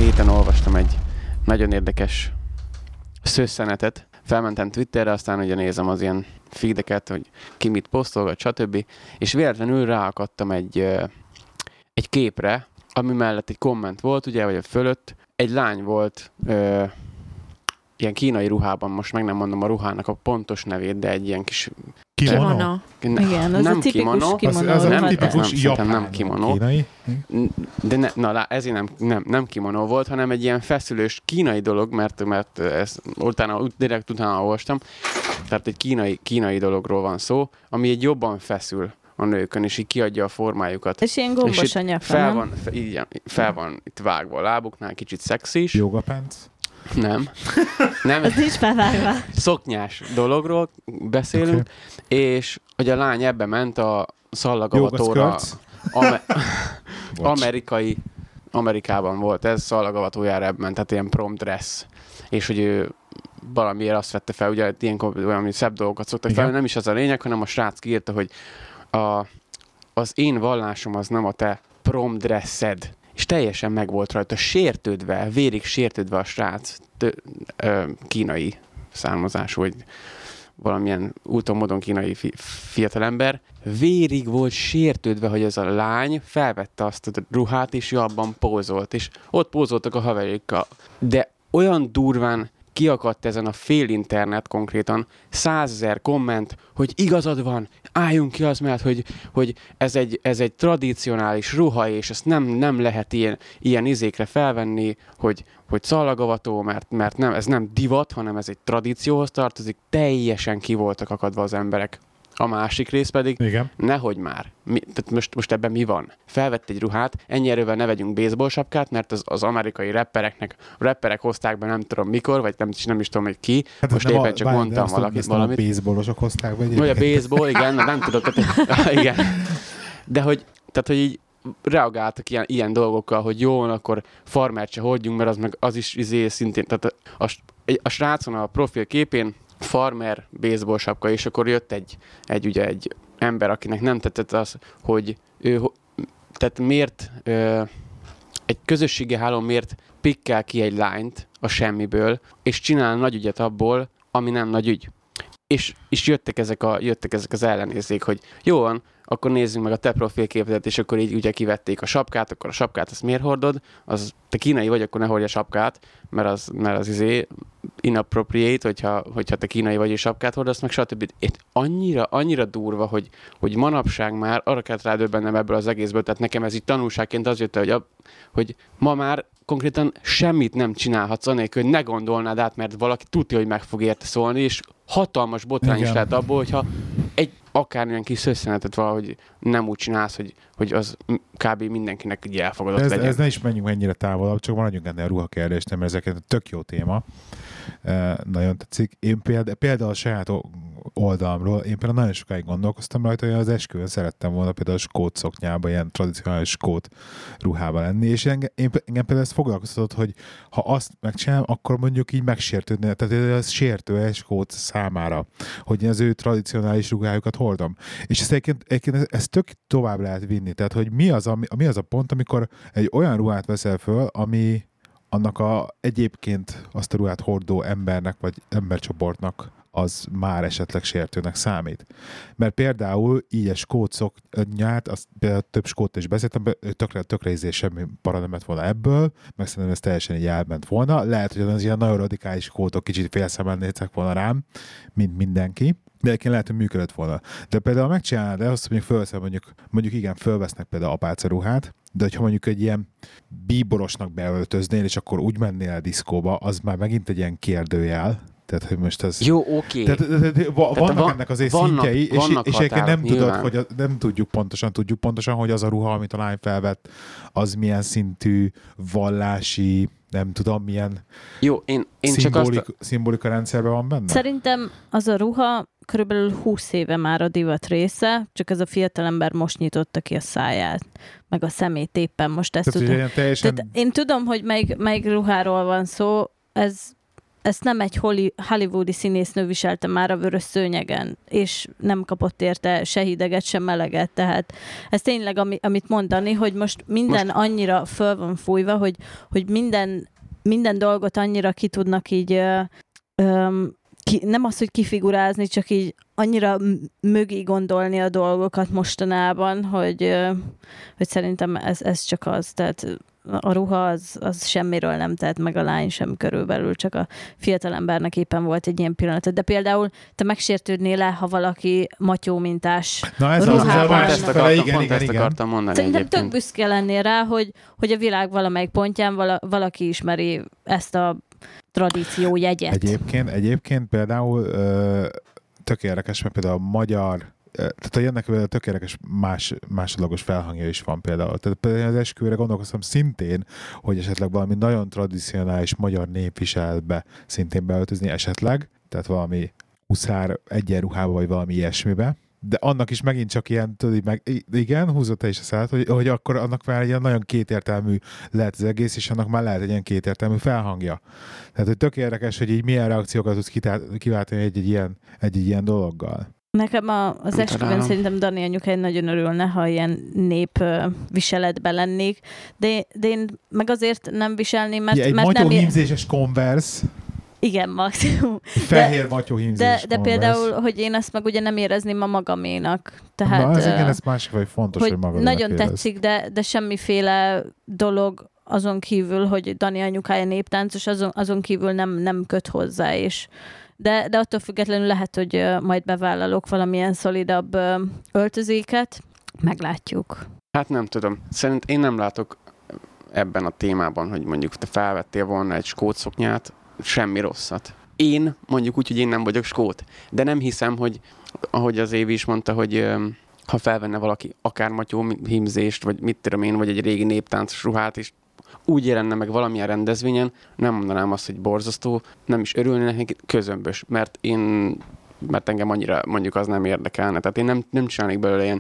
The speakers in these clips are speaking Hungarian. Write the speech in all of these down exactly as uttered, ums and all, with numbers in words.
héten olvastam egy nagyon érdekes szösszenetet. Felmentem Twitterre, aztán ugye nézem az ilyen feedeket, hogy ki mit posztolgat, stb. És véletlenül ráakadtam egy, egy képre, ami mellett egy komment volt, ugye, vagy a fölött. Egy lány volt ö, ilyen kínai ruhában, most meg nem mondom a ruhának a pontos nevét, de egy ilyen kis... Kimono. Kimono. Igen, az nem a tipikus kimono. kimono. Az, az a nem, tipikus nem, japán. nem kimono. Kínai. De ne, na, ezért nem, nem, nem kimono volt, hanem egy ilyen feszülős kínai dolog, mert, mert ezt utána, direkt utána olvastam. Tehát egy kínai, kínai dologról van szó, ami egy jobban feszül a nőkön, és így kiadja a formájukat. És ilyen gombos a nyaka, fel nem? van, fe, így, fel van itt vágva a lábuknál, kicsit szexis. Yoga pants. Nem. Nem. Az nincs felvágva. Szoknyás dologról beszélünk, okay. És hogy a lány ebbe ment a szallagavatóra. Amer- amerikai, Amerikában volt ez, szallagavatójára ebbe ment, tehát ilyen prom dress. És hogy ő valamiért azt vette fel, ugye ilyenkor valami szebb dolgokat szoktak fel, nem is az a lényeg, hanem a srác kiírta, hogy a, az én vallásom az nem a te prom dressed. És teljesen meg volt rajta, sértődve, vérig sértődve a srác, tö- ö, kínai származású, vagy valamilyen úton, módon kínai fi- fiatalember, vérig volt sértődve, hogy ez a lány felvette azt a ruhát, és abban pózolt, és ott pózoltak a haverékkal. De olyan durván kiakadt ezen a fél internet konkrétan, százezer komment, hogy igazad van, álljunk ki az mellett, hogy, hogy ez, egy, ez egy tradicionális ruha, és ezt nem, nem lehet ilyen, ilyen izékre felvenni, hogy, hogy szallagavató, mert, mert nem, ez nem divat, hanem ez egy tradícióhoz tartozik, teljesen ki voltak akadva az emberek. A másik rész pedig, igen. Nehogy már. Mi, tehát most, most ebben mi van? Felvett egy ruhát, ennyi erővel ne vegyünk baseball sapkát, mert az, az amerikai rappereknek, a rapperek hozták be nem tudom mikor, vagy nem, nem is tudom, hogy ki. Hát most éppen csak várj, mondtam valakit, valamit. A baseballosok hozták be. Vagy a baseball, igen, nem tudok. Tehát, igen. De hogy, tehát, hogy így reagáltak ilyen, ilyen dolgokkal, hogy jó, akkor farmert se hordjunk, mert az meg az is izé szintén, tehát a, a, a srácon a profil képén farmer baseball sapka, és akkor jött egy, egy, ugye egy ember, akinek nem tetszett az, hogy ő, tehát miért ö, egy közösségi hálón miért pikkel ki egy lányt a semmiből, és csinál nagy ügyet abból, ami nem nagy ügy. És, és jöttek, ezek a, jöttek ezek az ellenérzék, hogy jó van, akkor nézzünk meg a te profilképedet, és akkor így ugye kivették a sapkát, akkor a sapkát azt miért hordod? Az, te kínai vagy, akkor ne hordj a sapkát, mert az, mert az izé inappropriate, hogyha, hogyha te kínai vagy és sapkát hordasz, meg stb. Itt annyira, annyira durva, hogy, hogy manapság már arra kellett rádöbbennem ebből az egészből, tehát nekem ez így tanulságként az jött, hogy, a, hogy ma már konkrétan semmit nem csinálhatsz anélkül, hogy ne gondolnád át, mert valaki tudja, hogy meg fog érte szólni, és hatalmas botrány is lehet abból, hogyha egy akármilyen kis szösszenetet valahogy nem úgy csinálsz, hogy, hogy az kb. Mindenkinek így elfogadott ez, legyen. Ez ne is menjünk ennyire távolabb, csak maradjunk ennél a ruhakérdésnél, mert ezeket tök jó téma. E, nagyon tetszik. Én például, például a saját oldalamról, én például nagyon sokáig gondolkoztam rajta, hogy az esküvőn szerettem volna például a skót szoknyába, ilyen tradicionális skót ruhába lenni, és engem, én, engem például ezt foglalkoztatott, hogy ha azt megcsinálom, akkor mondjuk így megsértődne, tehát ez sértő egy skót számára, hogy az ő tradicionális ruhájukat hordom. És ezt egyébként, egyébként ezt tök tovább lehet vinni, tehát hogy mi az, a, mi az a pont, amikor egy olyan ruhát veszel föl, ami annak a, egyébként azt a ruhát hordó embernek, vagy embercsoportnak az már esetleg sértőnek számít. Mert például így egy skót szoknyát, azt például több skót is beszéltem, tökre, tökre izé semmi para nem lett volna ebből, meg szerintem ez teljesen így elment volna. Lehet, hogy az ilyen nagyon radikális skótok kicsit félszemmel néztek volna rám, mint mindenki. De egyébként lehet, hogy működött volna. De például megcsinálnád el azt, hogy mondjuk fölveszem, mondjuk, mondjuk igen, fölvesznek például apácaruhát, de hogyha mondjuk egy ilyen bíborosnak beöltöznél, és akkor úgy mennél a diszkóba, az már megint egy ilyen kérdőjel. Tehát, hogy most ez... Jó, oké. Tehát, tehát, tehát, vannak van, ennek azért szintjei, és, és egyébként nem tudod, hogy a, nem tudjuk pontosan, tudjuk pontosan, hogy az a ruha, amit a lány felvett, az milyen szintű vallási, nem tudom, milyen Jó, én, én szimbolik, csak azt... szimbolika rendszerben van benne? Szerintem az a ruha körülbelül húsz éve már a divat része, csak ez a fiatalember most nyitotta ki a száját, meg a szemét éppen most ezt Tehát, tudom. Teljesen... Tehát én tudom, hogy melyik, melyik ruháról van szó, ez ezt nem egy hollywoodi színésznő viselte már a vörös szőnyegen, és nem kapott érte se hideget, se meleget, tehát ez tényleg, ami, amit mondani, hogy most minden most... annyira föl van fújva, hogy, hogy minden, minden dolgot annyira ki tudnak így ö, ö, ki, nem az, hogy kifigurázni, csak így annyira mögé gondolni a dolgokat mostanában, hogy, hogy szerintem ez, ez csak az, tehát a ruha az, az semmiről nem tett, meg a lány sem körülbelül, csak a fiatalembernek éppen volt egy ilyen pillanat. De például te megsértődnél-e, ha valaki matyó mintás Na ez az, az pont ezt akartam, igen, pont igen, ezt igen. akartam mondani. Szerintem egyébként. tök büszke lennél rá, hogy, hogy a világ valamelyik pontján vala, valaki ismeri ezt a tradíció jegyet. Egyébként, egyébként például ö, tök érdekes, mert például a magyar, tehát ennek tökéletes más, másodlagos felhangja is van például. Tehát például az esküvőre gondolkoztam szintén, hogy esetleg valami nagyon tradicionális magyar népviseletbe szintén beöltözni esetleg, tehát valami huszár egyenruhába, vagy valami ilyesmibe. De annak is megint csak ilyen, tudod, meg, igen, húzott te is a szállat, hogy, hogy akkor annak már egy ilyen nagyon kétértelmű lehet az egész, és annak már lehet egy ilyen kétértelmű felhangja. Tehát, hogy tök érdekes, hogy így milyen reakciókat tudsz kiváltani egy-egy ilyen, egy-egy ilyen dologgal. Nekem a, az esküvőn szerintem Dani anyukája nagyon örülne, ha ilyen nép viseletben lennék, de, de én meg azért nem viselném, mert, ja, egy mert nem... Egy matyóhímzéses Converse. Igen, maximum. Fehér matyóhímzéses De, de például, hogy én ezt meg ugye nem érezném a magaménak. Tehát, Na, ez igen, ez másik, vagy fontos, hogy, hogy magadnak nagyon érez. tetszik, de, de semmiféle dolog azon kívül, hogy Dani anyukája néptáncos, azon, azon kívül nem, nem köt hozzá, és De, de attól függetlenül lehet, hogy majd bevállalok valamilyen szolidabb öltözéket. Meglátjuk. Hát nem tudom. Szerint én nem látok ebben a témában, hogy mondjuk te felvettél volna egy skót szoknyát, semmi rosszat. Én mondjuk úgy, hogy én nem vagyok skót, de nem hiszem, hogy ahogy az Évi is mondta, hogy ha felvenne valaki akár matyó hímzést, vagy mit tudom én, vagy egy régi néptáncos ruhát, és úgy jelenne meg valamilyen rendezvényen, nem mondanám azt, hogy borzasztó, nem is örülnének neki, közömbös, mert én, mert engem annyira mondjuk az nem érdekelne. Tehát én nem, nem csinálnék belőle ilyen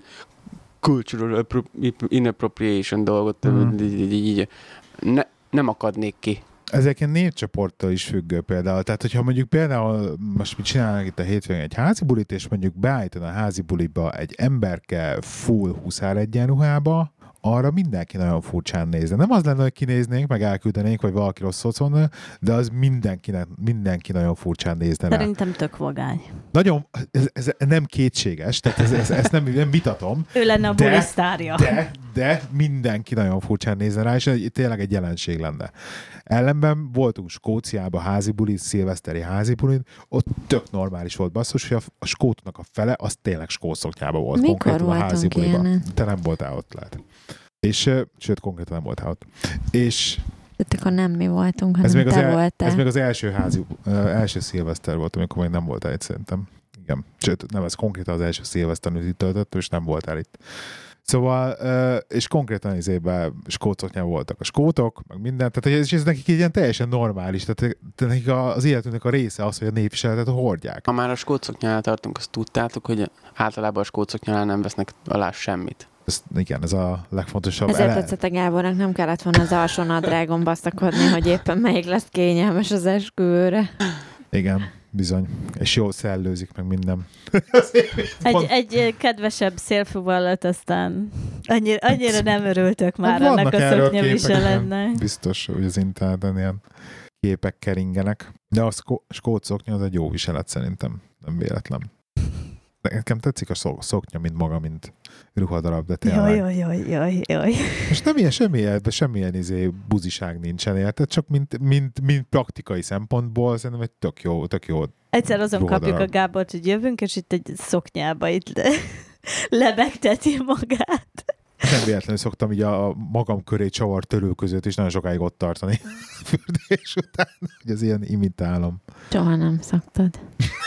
cultural inappropriation dolgot, mm. így, így, ne, nem akadnék ki. Ezeken népcsoporttól is függő például. Tehát, hogyha mondjuk például most mit csinálnak itt a hétvégén egy házi bulit, és mondjuk beállítana a házi buliba egy emberke full huszár egyenruhába, arra mindenki nagyon furcsán nézne. Nem az lenne, hogy kinéznénk, meg elküldenénk, vagy valaki rosszul szólna, de az mindenkinek, mindenki nagyon furcsán nézne rá. Szerintem tök vagány. Nagyon, ez, ez nem kétséges, tehát ez, ez, ezt nem, nem vitatom. Ő lenne a bulisztárja. De, de mindenki nagyon furcsán nézne rá, és tényleg egy jelenség lenne. Ellenben voltunk Skóciában házi bulit, szilveszteri házi bulit, ott tök normális volt basszus, hogy a, a skótnak a fele, az tényleg skótszoknyában volt. Mikor konkrétan a házi buliban. Ilyen? Te nem voltál ott, lehet. És, sőt, konkrétan nem voltál ott. És tehát akkor nem mi voltunk, hanem ez még te az el, voltál. Ez még az első házi, uh, első szilveszter volt, amikor még nem voltál itt szerintem. Igen. Sőt, nem, ez konkrétan az első szilveszter, amit itt töltöttem, és nem voltál itt. Szóval, uh, és konkrétan izében skótszoknyában voltak a skótok, meg minden, tehát és ez nekik egy ilyen teljesen normális, tehát nekik az életünknek a része az, hogy a népviseletet hordják. Ha már a skótszoknyánál tartunk, azt tudtátok, hogy általában a skótszoknyánál nem vesznek alá semmit. Ez, igen, ez a legfontosabb. Ezért ele... tetszett a Gábornak, nem kellett volna az alsó nadrágon basztakodni, hogy éppen melyik lesz kényelmes az esküvőre. Igen, bizony. És jól szellőzik meg minden. egy, egy kedvesebb szélfúvallat, aztán annyira, annyira nem örültök már hát annak a szoknyaviseletnek. Biztos, hogy az interneten ilyen képek keringenek. De a skót szoknya az egy jó viselet szerintem, nem véletlen. Nekem tetszik a szoknya, mint maga, mint ruhadarab, de tényleg. Jaj, jaj, jaj, jaj. Most nem ilyen semmilyen, de semmilyen izé buziság nincsen, érted? Csak mint, mint, mint praktikai szempontból szerintem egy tök jó, tök jó egyszer azon ruhadarab. Kapjuk a Gábort, hogy jövünk, és itt egy szoknyába itt le, lebegteti magát. Nem véletlenül szoktam így a magam köré csavar törő között is nagyon sokáig ott tartani fürdés után, hogy az ilyen imitálom. Soha nem szoktad.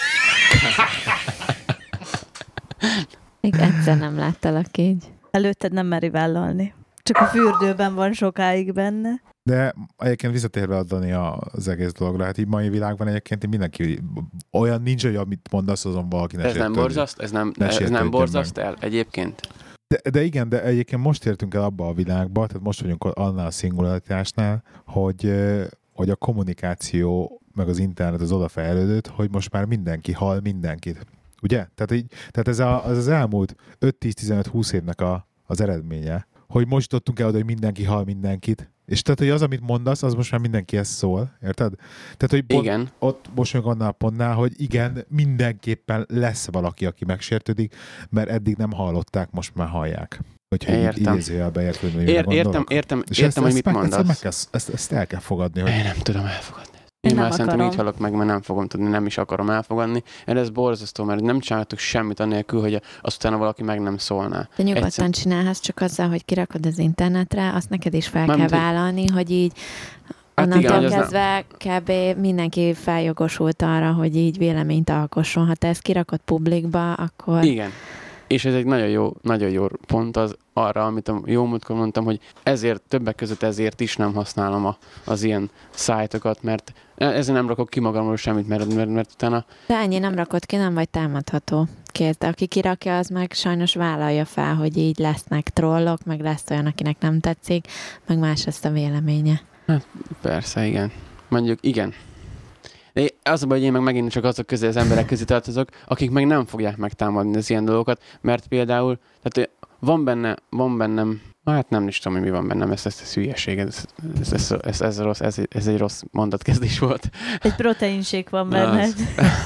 Még egyszer nem láttalak így. Előtted nem meri vállalni. Csak a fürdőben van sokáig benne. De egyébként visszatérve adni az egész dologra, hát így mai világban egyébként mindenki olyan nincs, hogy amit mondasz, azon valaki ne Ez nem borzaszt? Ez nem, ez nem borzaszt el egyébként? De, de igen, de egyébként most értünk el abba a világba, tehát most vagyunk annál a szingularitásnál, hogy, hogy a kommunikáció meg az internet az odafejlődött, hogy most már mindenki hall mindenkit. Ugye? Tehát, így, tehát ez a, az, az elmúlt öt-tíz-tizenöt-húsz évnek a, az eredménye, hogy most tudtunk el oda, hogy mindenki hall mindenkit. És tehát, hogy az, amit mondasz, az most már mindenki ezt szól, érted? Tehát, hogy pont, igen. ott most még annál pontnál, hogy igen, mindenképpen lesz valaki, aki megsértődik, mert eddig nem hallották, most már hallják. Hogyha értem. idézőjelbe érted, hogy Ér, értem, értem, és értem, ezt, hogy mit ezt mondasz. Meg kell, ezt, ezt el kell fogadni. Hogy... Én nem tudom elfogadni. Én Én nem már szerintem akarom. így halok meg, mert nem fogom tudni, nem is akarom elfogadni. Erre ez borzasztó, mert nem csináltuk semmit annélkül, hogy aztán valaki meg nem szólná. De nyugodtan Egyszer... csinálhatsz, csak azzal, hogy kirakod az internetre, azt neked is fel Mármint, kell hogy- vállalni, hogy így Hát onnantól igen, hogy az kezdve kb. Mindenki feljogosult arra, hogy így véleményt alkosson. Ha te ezt kirakod publikba, akkor... Igen. És ez egy nagyon jó, nagyon jó pont az arra, amit a jó múltkor mondtam, hogy ezért, többek között ezért is nem használom a, az ilyen szájtokat, mert ezért nem rakok ki magamról semmit, mert, mert, mert utána... De ennyi nem rakod ki, nem vagy támadható. Kész, aki kirakja, az meg sajnos vállalja fel, hogy így lesznek trollok, meg lesz olyan, akinek nem tetszik, meg más ezt a véleménye. Persze, igen. Mondjuk, igen. De az a baj, hogy én meg megint csak azok közé, az emberek közé tartozok, akik meg nem fogják megtámadni az ilyen dolgokat, mert például, tehát van benne, van bennem, hát nem is tudom, hogy mi van bennem, ez, ez, ez hülyeség, ez, ez, ez, ez, ez, rossz, ez, ez egy rossz mondatkezdés volt. Egy proteinsék van benned. Az,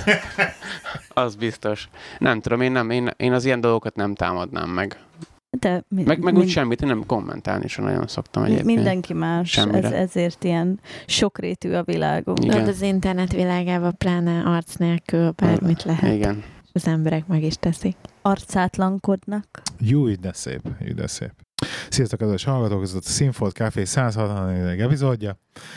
az biztos. Nem tudom, én, nem, én, én az ilyen dolgokat nem támadnám meg. De mi, Meg, meg mi, úgy semmit, én nem kommentálni sem nagyon szoktam egyébként. mindenki más, ez, ezért ilyen sokrétű a világunk. Igen. De az internet világában pláne arc nélkül bármit lehet. Igen. Az emberek meg is teszik. Arcátlankodnak. Jó, így de szép, így de szép. Sziasztok, kedves hallgatók, ez a Színfolt Café száz hatvannégy epizódja.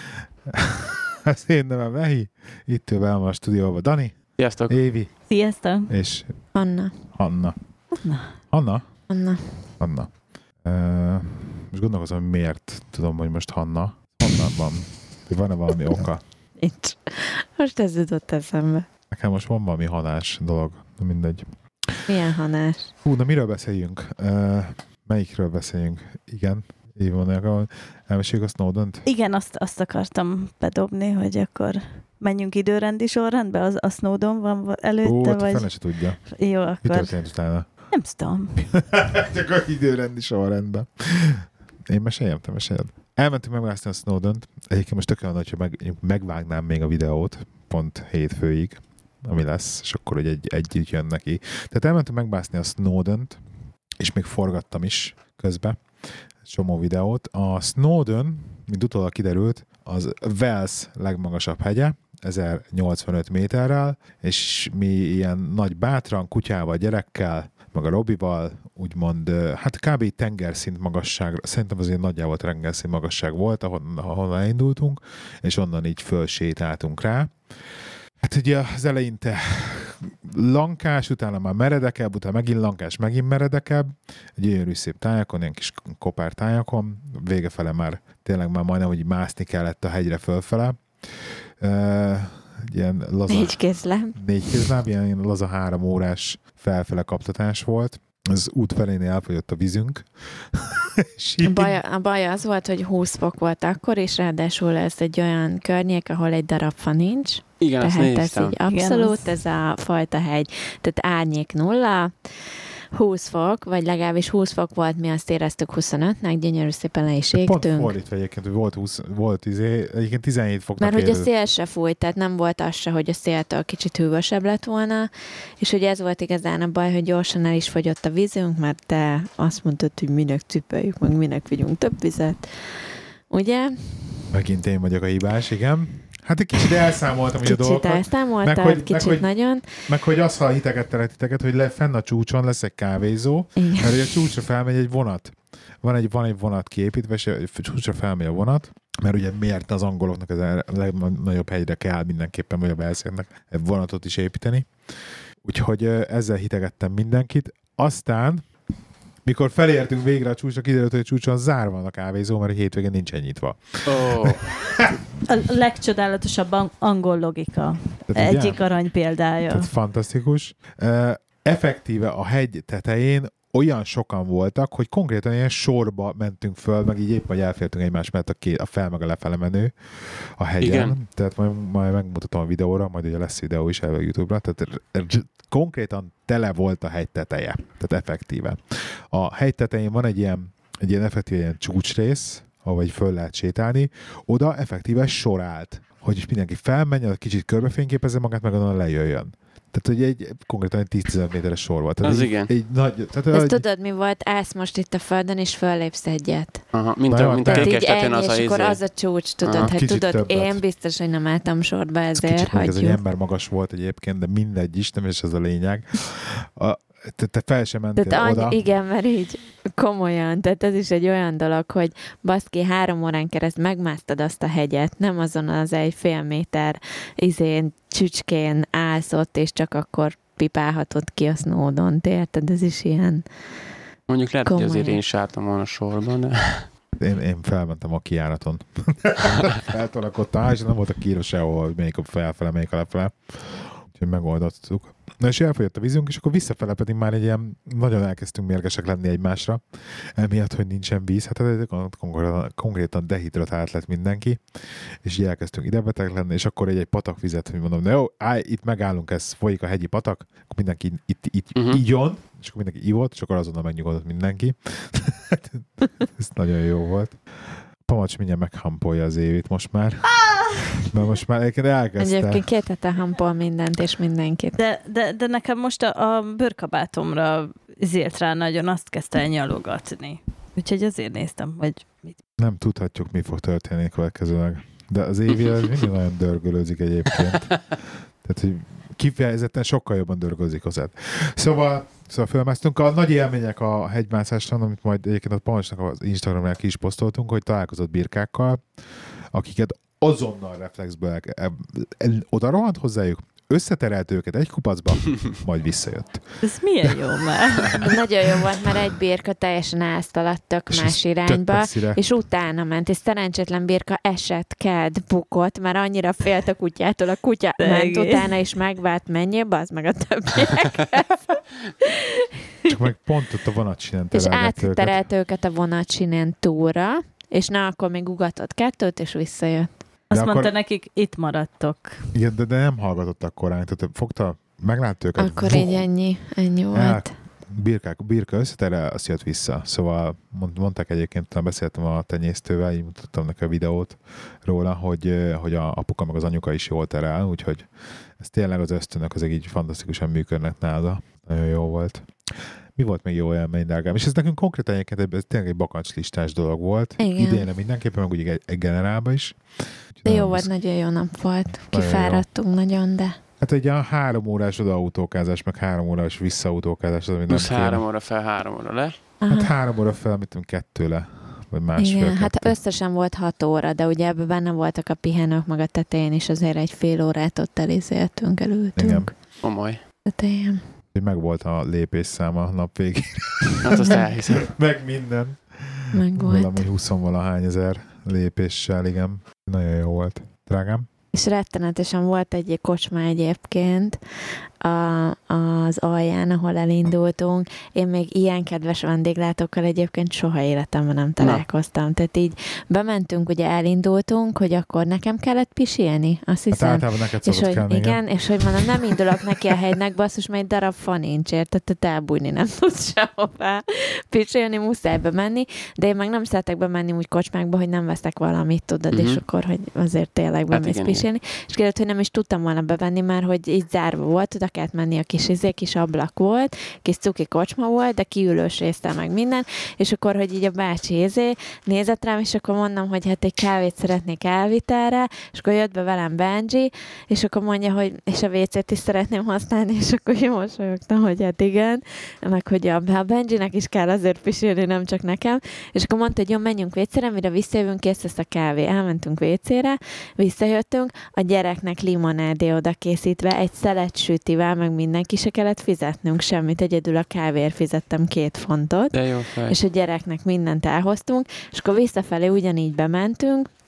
Ez én nevem Lehi, itt ül velem a stúdióban Dani, Sziasztok! Évi Sziasztok! és Anna. Anna. Na. Anna? Anna. Anna. Uh, most gondolkozom, hogy miért tudom, hogy most Hanna. Honnan van? Hogy van-e valami oka? Nincs. Most ez jutott eszembe. Nekem most van valami hanás dolog, de mindegy. Milyen hanás? Hú, na miről beszéljünk? Uh, melyikről beszéljünk? Igen, így van, elmeséljük a Snowdent? Igen, azt, azt akartam bedobni, hogy akkor menjünk időrendi sorrendbe, az a Snowden van előtte, Ó, te vagy... fene se tudja. Jó, Mi akkor történt utána? nem tudom. Csak a időrendi sorrendben. Én meséljem, te meséljed. Elmentünk megmászni a Snowdent. Egyébként most tökéletesen, hogyha meg, megvágnám még a videót, pont hétfőig, ami lesz, és akkor hogy egy, együtt jön neki. Tehát elmentünk megbászni a Snowdent, és még forgattam is közben csomó videót. A Snowden, mint utólag kiderült, az Wales legmagasabb hegye, ezernyolcvanöt méterrel, és mi ilyen nagy bátran, kutyával, gyerekkel, meg a Robival, úgymond, hát kb. Tengerszint magasságra, szerintem azért nagyjából tengerszint magasság volt, ahonnan, ahonnan elindultunk, és onnan így fölsétáltunk rá. Hát ugye az eleinte lankás, utána már meredekebb, utána megint lankás, megint meredekebb, egy gyönyörű szép tájakon, ilyen kis kopár tájakon, vége fele már tényleg már majdnem, hogy mászni kellett a hegyre fölfele. Uh, ilyen laza, Négy kézláb. Négy kézláb, ilyen laza három órás felfele kaptatás volt. Az út felénél elfogyott a vízünk. A baj, a baj az volt, hogy húsz fok volt akkor, és ráadásul ez egy olyan környék, ahol egy darab fa nincs. Igen, azt Tehát ez néztem. így abszolút, Igen, ez a fajta hegy. Tehát árnyék nulla, húsz fok, vagy legalábbis húsz fok volt, mi azt éreztük huszonötnek, gyönyörű szépen le is Pont égtünk. fordítva egyébként, hogy volt, húsz, volt izé, egyébként tizenhét foknak Mert hogy a érzed. szél se fújt, tehát nem volt az se, hogy a széltől kicsit hűvösebb lett volna, és hogy ez volt igazán a baj, hogy gyorsan el is fogyott a vízünk, mert te azt mondtad, hogy minek cipőjük, meg minek vigyünk több vizet. Ugye? Megint én vagyok a hibás, igen. Hát egy kicsit elszámoltam hogy a Kicsit dolgokat. elszámoltad, meg, hogy, kicsit meg, hogy, nagyon. meg hogy azt hall hiteket teletiteket, hogy le, fenn a csúcson lesz egy kávézó, Igen. mert hogy a csúcsra felmegy egy vonat. Van egy, van egy vonat kiépítve, és a csúcsra felmegy a vonat, mert ugye miért az angoloknak az a legnagyobb hegyre kell mindenképpen, vagy a Velszéknek egy vonatot is építeni. Úgyhogy ezzel hitegettem mindenkit. Aztán, mikor felértünk végre a csúcsra, kiderült, hogy a csúcson zárva van a kávézó, mert a hétvégén nincsen nyitva. Oh. A legcsodálatosabb ang- angol logika. Tehát Egyik ugye? arany példája. Tehát fantasztikus. Uh, effektíve a hegy tetején olyan sokan voltak, hogy konkrétan ilyen sorba mentünk föl, meg így épp majd elfértünk egymás mellett a, két, a fel meg a lefele menő a hegyen. Igen. Tehát majd, majd megmutatom a videóra, majd ugye lesz videó is elve YouTube-ra. Tehát konkrétan tele volt a hegy teteje. Tehát effektíve. A hegy tetején van egy ilyen, egy ilyen effektíve ilyen csúcsrész, ahol föl lehet sétálni. Oda effektíve sor állt, hogy is mindenki felmenjen, kicsit körbefényképezze magát, meg onnan lejöjjön. Tehát, hogy egy konkrétan egy tíz-tizenöt méteres sor volt. Tehát az egy, igen. Egy nagy, tehát, ezt egy, tudod, mi volt? Állsz most itt a földön, és föllépsz egyet. Aha, mint a, mint a kékes tetőn az a és akkor izé. az a csúcs, tudod. Aha. Hát Kicsit tudod, többet. én biztos, hogy nem álltam sorba, ezért kicsit még ez egy hagyjuk. ember magas volt egyébként, de mindegy is, nem is ez a lényeg. A, te, te fel sem mentél tehát oda. Annyi, igen, mert így komolyan, tehát ez is egy olyan dolog, hogy baszki, három órán kereszt megmásztad azt a hegyet, nem azon az egy fél méter izén, csücskén állsz ott, és csak akkor pipálhatod ki a Snowdon, érted? Ez is ilyen Mondjuk lehet, komolyan. hogy azért én is álltam volna sorban, de... Én, én felmentem a kijáraton. Feltolakodtam, és nem volt a kiírva sehol, hogy melyik a felfele, melyik a lefele. Úgyhogy megoldottuk. Na és elfogyott a vízünk, és akkor visszafele pedig már egy ilyen, nagyon elkezdtünk mérgesek lenni egymásra. Emiatt, hogy nincsen víz, hát ez konkrétan, konkrétan dehidratált lett mindenki, és így elkezdtünk idebeteg lenni, és akkor egy, egy patakvizet, hogy mondom, na jó, állj, itt megállunk, ez folyik a hegyi patak, akkor mindenki itt, itt uh-huh. igyon, és akkor mindenki ivott, és akkor azonnal megnyugodott mindenki. Ez nagyon jó volt. Pamacs mindjárt meghampolja az évét most már. Mert most már egyébként elkezdte. Egyébként két hete hampol mindent és mindenkit. De, de, de nekem most a, a bőrkabátomra zélt rá nagyon, azt kezdte el nyalogatni. Úgyhogy azért néztem, hogy mit. Nem tudhatjuk, mi fog történni következőleg. De az évi az mindig nagyon dörgölőzik egyébként. Tehát, hogy kifejezetten sokkal jobban dörgölőzik hozzád. Szóval, szóval fölmásztunk. A nagy élmények a hegymászáson, amit majd egyébként a Pamasnak az Instagramra ki is posztoltunk, hogy találkozott birkákkal, akiket azonnal reflexből el, el, el, oda rohant hozzájuk, összeterelt őket egy kupacba, majd visszajött. Ez milyen jó már. Nagyon jó volt, mert egy birka teljesen áztalattak más irányba, és utána ment, és szerencsétlen birka esett, ked, bukott, mert annyira félt a kutyától, a kutya de ment egész. Utána, és megvált, menjél, bazd meg a többiek. Csak meg pont ott a vonatsinén és átterelt őket a vonatsinén túlra, és na, akkor még ugatott kettőt, és visszajött. Azt de mondta akkor, nekik, itt maradtok. Igen, de, de nem hallgatottak korán. Tehát fogta, meglátta őket. Akkor így ennyi, ennyi volt. El, birkák, birka összeterel, azt jött vissza. Szóval mond, mondták egyébként, beszéltem a tenyésztővel, így mutattam neki a videót róla, hogy, hogy a apuka meg az anyuka is jól terel, úgyhogy ez tényleg az ösztönök, azok így fantasztikusan működnek nála. Nagyon jó volt. Mi volt még jó élmény, drágám? És ez nekünk konkrétan egyébként ez tényleg egy bakancslistás dolog volt. Igen. Idén mindenképpen, meg úgy egy, egy generálba is. De jó volt, nagyon jó nap volt. Kifáradtunk nagyon, de... Hát egy ilyen három órás odaautókázás, meg három órás visszaautókázás. Az, plusz három óra fel, három óra le. Aha. Hát három óra fel, mit tudom, kettő le. Vagy másfél, igen, kettő. hát összesen volt hat óra, de ugye ebben benne voltak a pihenők, meg a tetején is azért egy fél órát ott elizéltünk, elültünk. Igen. Omoly. Tetején. Meg volt a lépésszáma a nap végén. Hát azt elhiszem. Meg minden. Meg volt. Valami huszonvalahány ezer lépéssel, igen. Nagyon jó volt. Drágám? És rettenetesen volt egy kocsma egyébként a, az alján, ahol elindultunk. Én még ilyen kedves vendéglátókkal egyébként soha életemben nem találkoztam. Na. Tehát így bementünk, ugye elindultunk, hogy akkor nekem kellett pisilni, azt hiszem. Hát általában neked és hogy, kellni, igen, igen, és hogy mondom, nem indulok neki a hegynek, basszus, mert egy darab fa nincs, érted? Tehát elbújni nem tudsz sehová. Pisilni muszáj bemenni, de én meg nem szeretek bemenni úgy kocsmákba, hogy nem veszek valamit, tudod, uh-huh. és akkor, hogy azért tényleg bemész hát pisilni. És kérdött, hogy nem is tudtam volna bevenni, mert hogy így zárva volt, oda kellett menni, a kis izé, kis ablak volt, kis cuki kocsma volt, de kiülős résztel meg minden, és akkor, hogy így a bácsi izé nézett rám, és akkor mondom, hogy hát egy kávét szeretnék elvitelre, és akkor jött be velem Benji, és akkor mondja, hogy és a vécét is szeretném használni, és akkor jó mosolyogtam, hogy hát igen, meg hogy a, a Benjinek is kell azért pisilni, nem csak nekem, és akkor mondta, hogy jó, menjünk vécére, mire visszajövünk, kész lesz a kávé. Elmentünk vécére, visszajöttünk, a gyereknek limonádé oda készítve, egy szelet sütivel, meg mindenki se kellett fizetnünk semmit, egyedül a kávéért fizettem két fontot. De jó fej. És a gyereknek mindent elhoztunk, és akkor visszafelé ugyanígy bementünk,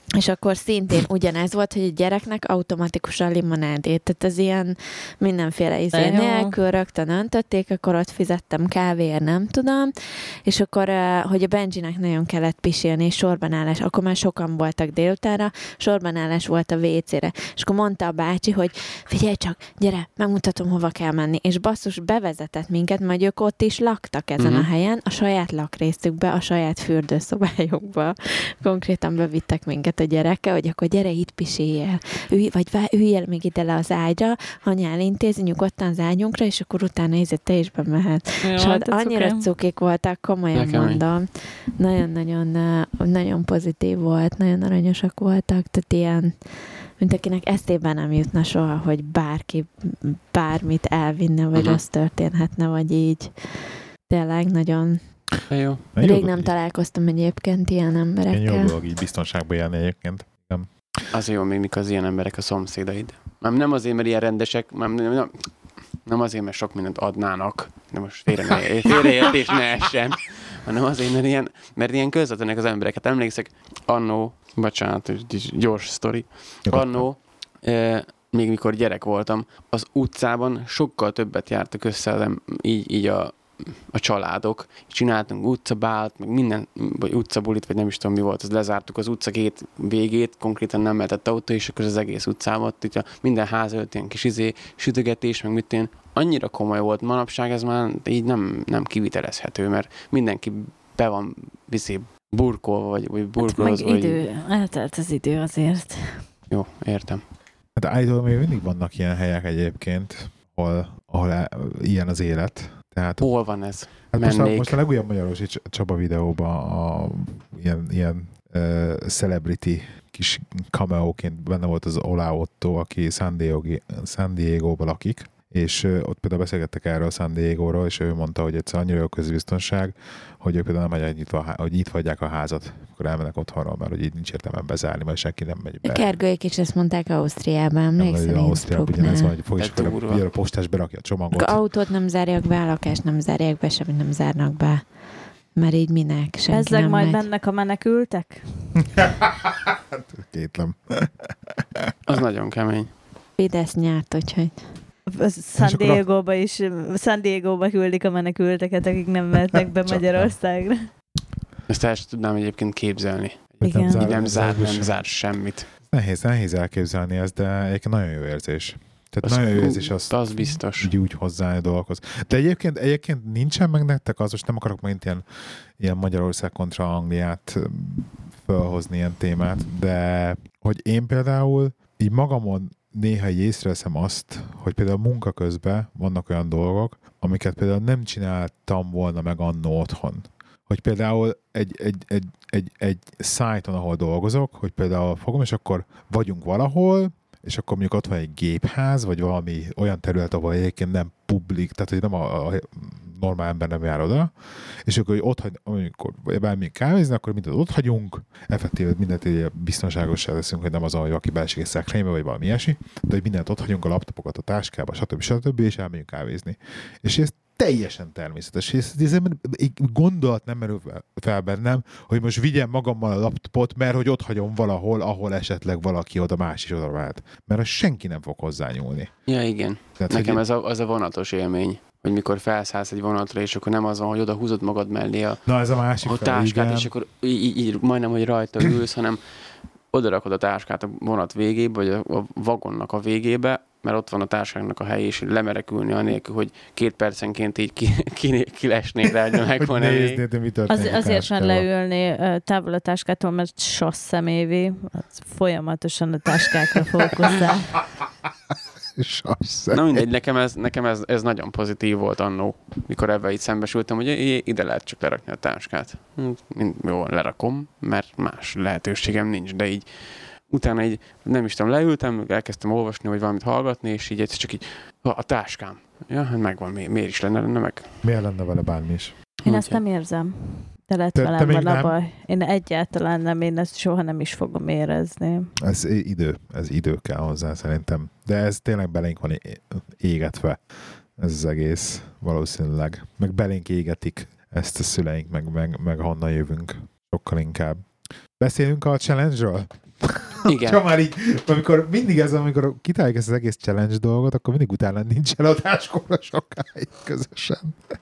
És akkor szintén ugyanez volt, hogy a gyereknek automatikusan limonádét, tehát ez ilyen mindenféle izé nélkül rögtön öntötték, akkor ott fizettem kávéért, nem tudom, és akkor, hogy a Benjinek nagyon kellett pisilni, és sorbanállás, akkor már sokan voltak délutánra, sorbanállás volt a vécére, és akkor mondta a bácsi, hogy figyelj csak, gyere, megmutatom, hova kell menni, és basszus bevezetett minket, majd ők ott is laktak ezen uh-huh. a helyen, a saját lakrészükbe, a saját fürdőszobájukba, konkrétan bevittek minket a gyerekkel, hogy akkor gyere itt piséljél, ülj, vagy vá, üljél még ide le az ágyra, anya elintézi nyugodtan az ágyunkra, és akkor utána ízett te is bemehet. Ja, és hát annyira cukrám. Cukik voltak, komolyan Nekem mondom. Nagyon-nagyon nagyon pozitív volt, nagyon aranyosak voltak, tehát ilyen, mint akinek eszébe nem jutna soha, hogy bárki bármit elvinne, vagy uh-huh. rossz történhetne, vagy így. Tényleg nagyon... Jó. Rég nem találkoztam egyébként ilyen emberekkel. Én jó dolog így biztonságban élni egyébként. Nem. Az jó még, mikor az ilyen emberek a szomszédaid. Már nem azért, mert ilyen rendesek, már nem, nem, nem azért, mert sok mindent adnának, de most félre, félreértés ne essen, hanem azért, mert ilyen, mert ilyen közvetlenek az emberek. Hát emlékszek, annó, bocsánat, gyors sztori, annó, e, még mikor gyerek voltam, az utcában sokkal többet jártak össze az em- így, így a a családok, csináltunk utcabált, meg minden, vagy utcabulit, vagy nem is tudom mi volt, az lezártuk az utca két végét, konkrétan nem mehetett autó, és akkor az egész utcában, itt minden ház előtt ilyen kis izé, sütögetés, meg mit én, annyira komoly volt manapság, ez már így nem, nem kivitelezhető, mert mindenki be van viszi burkolva, vagy, vagy burkolozva. Hát meg idő, eltelt az idő azért. Jó, értem. Hát állítólag még mindig vannak ilyen helyek egyébként, ahol, ahol e, ilyen az élet. Tehát, hol van ez? Hát most a, most a legújabb Magyarorsi Csaba videóban a, ilyen, ilyen uh, celebrity kis cameóként benne volt az Olá Otto, aki San, Diego, San Diego-ba lakik, és uh, ott például beszélgettek erről a San Diego-ról, és ő mondta, hogy egyszer annyira jó közbiztonság, hogy ők például nem hagyják nyitva, hogy nyitva hagyják a házat, akkor elmennek otthonról, mert hogy így nincs értelme bezárni, mert senki nem megy be. Kergőik is ezt mondták Ausztriában, emlékszem. Ausztriában ugyanez van, hogy fog is a, a postás berakja a csomagot. A autót nem zárják be, a lakást nem zárják be, semmit nem zárnak be. Mert így minek, senki Ezleg nem majd megy. mennek a menekültek? Kétlem. Az nagyon kemény. Fidesz nyárt, úgyhogy... San Diego-ba is, San Diego-ba küldik a menekülteket, akik nem mehetnek be Magyarországra. Ezt el sem tudnám egyébként képzelni. Igen. Nem zár, nem zár, nem zár semmit. Nehéz, nehéz elképzelni ezt, de egyébként nagyon jó érzés. Tehát az, nagyon jó érzés azt az biztos. Úgy, úgy hozzá a dolgokhoz. De egyébként, egyébként nincsen meg nektek az, most nem akarok megint ilyen, ilyen Magyarország kontra Angliát felhozni ilyen témát, de hogy én például így magamon néha így észreveszem azt, hogy például munka közben vannak olyan dolgok, amiket például nem csináltam volna meg annó otthon. Hogy például egy, egy, egy, egy, egy szájton, ahol dolgozok, hogy például fogom, és akkor vagyunk valahol, és akkor mondjuk ott van egy gépház, vagy valami olyan terület, ahol egyébként nem publik, tehát hogy nem a, a normál ember nem jár oda, és akkor hogy ott hagy, amikor bármilyen kávézni, akkor mindent ott hagyunk, effektíve mindent biztonságossá teszünk, hogy nem az, hogy aki belség egy szekrénybe, vagy valami ilyesmi, de hogy mindent ott hagyunk, a laptopokat a táskába, stb. stb. És elmegyünk kávézni. És ez teljesen természetes. Ez, ez egy gondolat nem merül fel bennem, hogy most vigyem magammal a laptopot, mert hogy ott hagyom valahol, ahol esetleg valaki oda más is oda vált. Mert az senki nem fog hozzányúlni. Ja, igen. Tehát, Nekem ez a, az a vonatos élmény, hogy mikor felszállsz egy vonatra, és akkor nem az van, hogy oda húzod magad mellé a, Na, ez a, másik a táskát, fel, és akkor így, így, majdnem, hogy rajta ülsz, hanem oda rakod a táskát a vonat végébe, vagy a, a vagonnak a végébe, mert ott van a társánknak a hely, és lemerekülni anélkül, hogy két percenként így ki, ki, kilesnék rá, hogy megvan elég. Az, azért már leülni távol a táskától, mert sossz szemévi, folyamatosan a táskákra fókuszál. Na mindegy, nekem, ez, nekem ez, ez nagyon pozitív volt annó, mikor ebben így szembesültem, hogy ide lehet csak lerakni a táskát. Jó, lerakom, mert más lehetőségem nincs, de így utána így, nem is tudom, leültem, elkezdtem olvasni, vagy valamit hallgatni, és így egyszer csak így, a táskám. Ja, hát megvan, mi, miért is lenne, lenne meg? Miért lenne vele bármi is? Én ezt nem érzem. De lehet te, velem te van a baj. Én egyáltalán nem, én ezt soha nem is fogom érezni. Ez idő, ez idő kell hozzá szerintem. De ez tényleg belénk van égetve, ez az egész valószínűleg. Meg belénk égetik ezt a szüleink, meg, meg, meg honnan jövünk. Sokkal inkább. Beszélünk a challenge-ről? Igen. Csak már így, amikor mindig ez, amikor kitáljuk ezt az egész challenge dolgot, akkor mindig utána nincs eladáskorra sokáig közösen.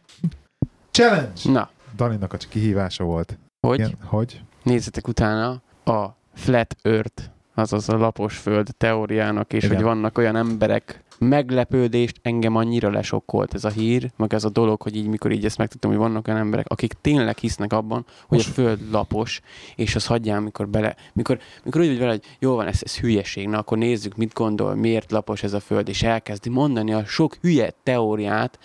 Challenge! Na, Daninak a kihívása volt. hogy? Igen, hogy? Nézzetek utána a Flat Earth, azaz a lapos föld teóriának, és Igen. hogy vannak olyan emberek, meglepődést, engem annyira lesokkolt ez a hír, meg ez a dolog, hogy így mikor így ezt megtudtam, hogy vannak olyan emberek, akik tényleg hisznek abban, hogy Most. a föld lapos, és az hagyjál, mikor bele, mikor, mikor úgy vagy vele, hogy jó van, ez, ez hülyeség, na akkor nézzük, mit gondol, miért lapos ez a föld, és elkezdi mondani a sok hülye teóriát.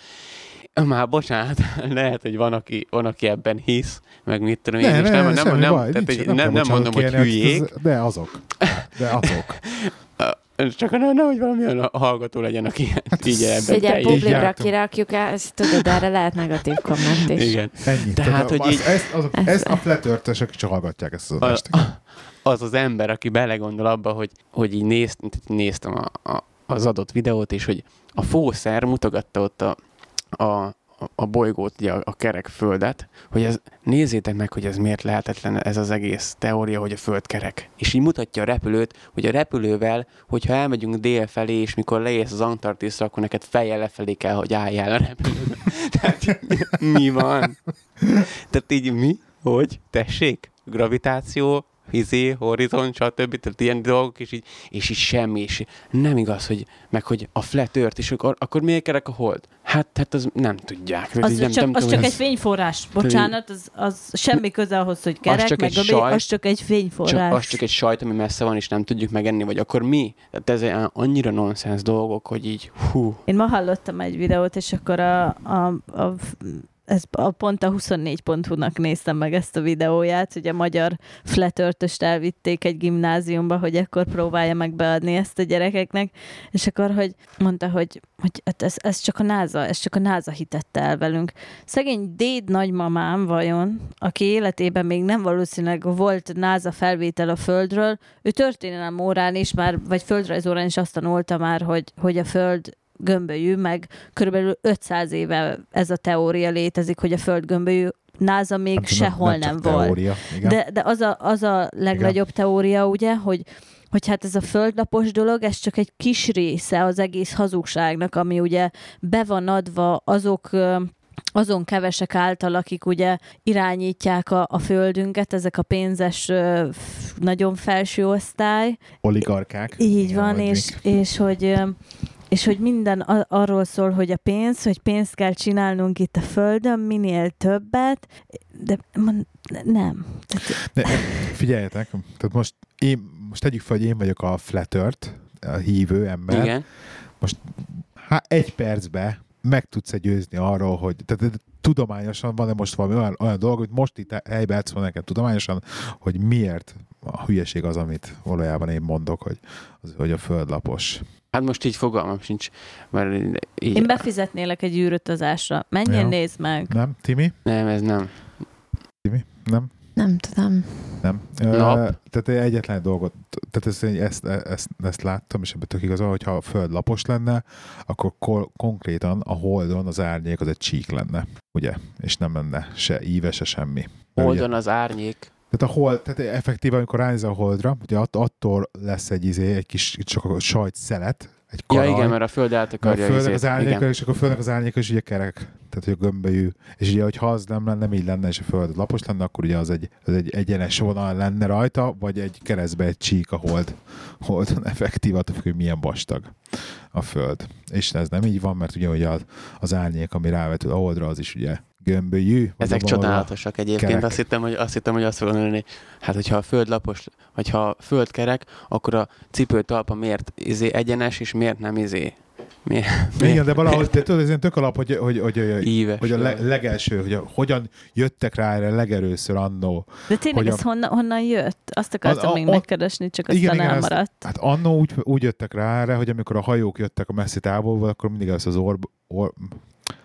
Már bocsánat, lehet, hogy van, aki, van, aki ebben hisz, meg mit tudom én, Ne, és ne, nem, nem, semmi nem, baj, tehát, nincs, egy- nem nem, kell nem mondom, hogy bocsánatot kérni, hülyék, ez- De azok. De azok. csak ne, nehogy valami olyan hallgató legyen, aki hát így ebben Figyelj, teljes. Így publikra jártunk. kirakjuk el, ezt tudod, erre lehet negatív komment is. Igen. Ennyi. Tehát, hogy az, így- ezt, azok, Ez- ezt a fletörtösök csak hallgatják ezt az A- adást. Az az ember, aki belegondol abba, hogy, hogy így nézt, néztem a, a, az adott videót, és hogy a fószer mutogatta ott a, a, a bolygót, ugye a, a kerek földet, hogy ez, nézzétek meg, hogy ez miért lehetetlen ez az egész teória, hogy a föld kerek. És így mutatja a repülőt, hogy a repülővel, hogyha elmegyünk dél felé, és mikor leérsz az Antarktiszra, akkor neked fejjel lefelé kell, hogy álljál a repülőbe. Tehát mi van? Tehát így mi? Hogy? Tessék? Gravitáció, izé, horizont, stb. Tehát ilyen dolgok, és így, és így semmi, és nem igaz, hogy meg hogy a flat earth, és akkor, akkor miért kerek a hold? Hát, hát az nem tudják. Tehát Az így nem, csak, nem az tudom, csak hogy egy fényforrás. Bocsánat, az, az semmi köze ahhoz, hogy kerek, csak meg egy a vég, sajt. az csak egy fényforrás. csak, az csak egy sajt, ami messze van, és nem tudjuk megenni, vagy akkor mi? Tehát ez olyan annyira nonsens dolgok, hogy így, hú. Én ma hallottam egy videót, és akkor a, a, a ez a pont a huszonnégy pont hu-nak néztem meg ezt a videóját, hogy a magyar flat earth-öst elvitték egy gimnáziumba, hogy akkor próbálja meg beadni ezt a gyerekeknek, és akkor, hogy mondta, hogy, hogy hát ez, ez csak a NASA, ez csak a NASA hitette el velünk. Szegény déd nagymamám vajon, aki életében még nem valószínűleg volt NASA felvétel a Földről, ő történelem órán is már, vagy földrajz órán is azt tanulta már, hogy, hogy a Föld gömbölyű, meg körülbelül ötszáz éve ez a teória létezik, hogy a Föld gömbölyű. NASA még Nem, sehol nem, nem, nem csak volt. teória, igen. De, de az, a, az a legnagyobb igen. teória, ugye, hogy, hogy hát ez a földlapos dolog, ez csak egy kis része az egész hazugságnak, ami ugye be van adva azok azon kevesek által, akik ugye irányítják a, a földünket, ezek a pénzes, nagyon felső osztály. Oligarkák. Így igen, van, és, és hogy és hogy minden arról szól, hogy a pénz, hogy pénzt kell csinálnunk itt a Földön, minél többet, de nem. De, figyeljetek, tehát most, én, most tegyük fel, hogy én vagyok a flat earth, a hívő ember. Igen. Most hát egy percbe meg tudsz győzni arról, hogy tehát, tudományosan van-e most valami olyan, olyan dolog, hogy most itt helyben van nekem tudományosan, hogy miért a hülyeség az, amit valójában én mondok, hogy, az, hogy a Föld lapos. Hát most így fogalmam sincs, mert így... Én befizetnélek egy űrutazásra. Menjen, ja. Nézd meg. Nem? Timi? Nem, ez nem. Timi? Nem? Nem tudom. Nem. Nap. Uh, tehát egyetlen dolgot, tehát ezt, ezt, ezt, ezt láttam, és ebben tök igazán, hogyha a Föld lapos lenne, akkor ko- konkrétan a Holdon az árnyék az egy csík lenne, ugye? És nem lenne se íve, se semmi. Holdon ugye, az árnyék. tehát a hold, tehát effektíven, amikor ránézel a Holdra, ugye att- attól lesz egy izé, egy kis csak a sajt szelet, egy karaj. Ja igen, mert a Föld eltakarja. A Földnek izét. az árnyéka, Igen. és akkor a Földnek az árnyéka is ugye kerek, tehát hogy a gömbölyű. És ugye, hogyha az nem lenne, nem így lenne, és a Föld lapos lenne, akkor ugye az egy, az egy egyenes vonal lenne rajta, vagy egy keresztbe egy csík a Hold. Holdon effektív, attól függ, hogy milyen vastag a Föld. És ez nem így van, mert ugye, ugye az, az árnyék, ami rávetül a Holdra, az is ugye gömbölyű. Ezek csodálatosak egyébként. kerek. Azt hittem, hogy azt hittem, hogy azt fogom mondani, hát hogyha a Föld lapos, vagy ha a Föld kerek, akkor a cipő talpa miért izé egyenes, és miért nem izé? Miért? Igen, de valahogy te tudod, ez ilyen tök alap, hogy, hogy, hogy, hogy, Íves. hogy a le, legelső, hogy a, hogyan jöttek rá erre legerőször annó. De tényleg hogy ez a, honnan, honnan jött? Azt akartam a- a- még a- megkeresni, csak aztán igen, igen, elmaradt. ezt, hát annó úgy, úgy jöttek rá erre, hogy amikor a hajók jöttek a messzi távolból, akkor mindig az az orb, or,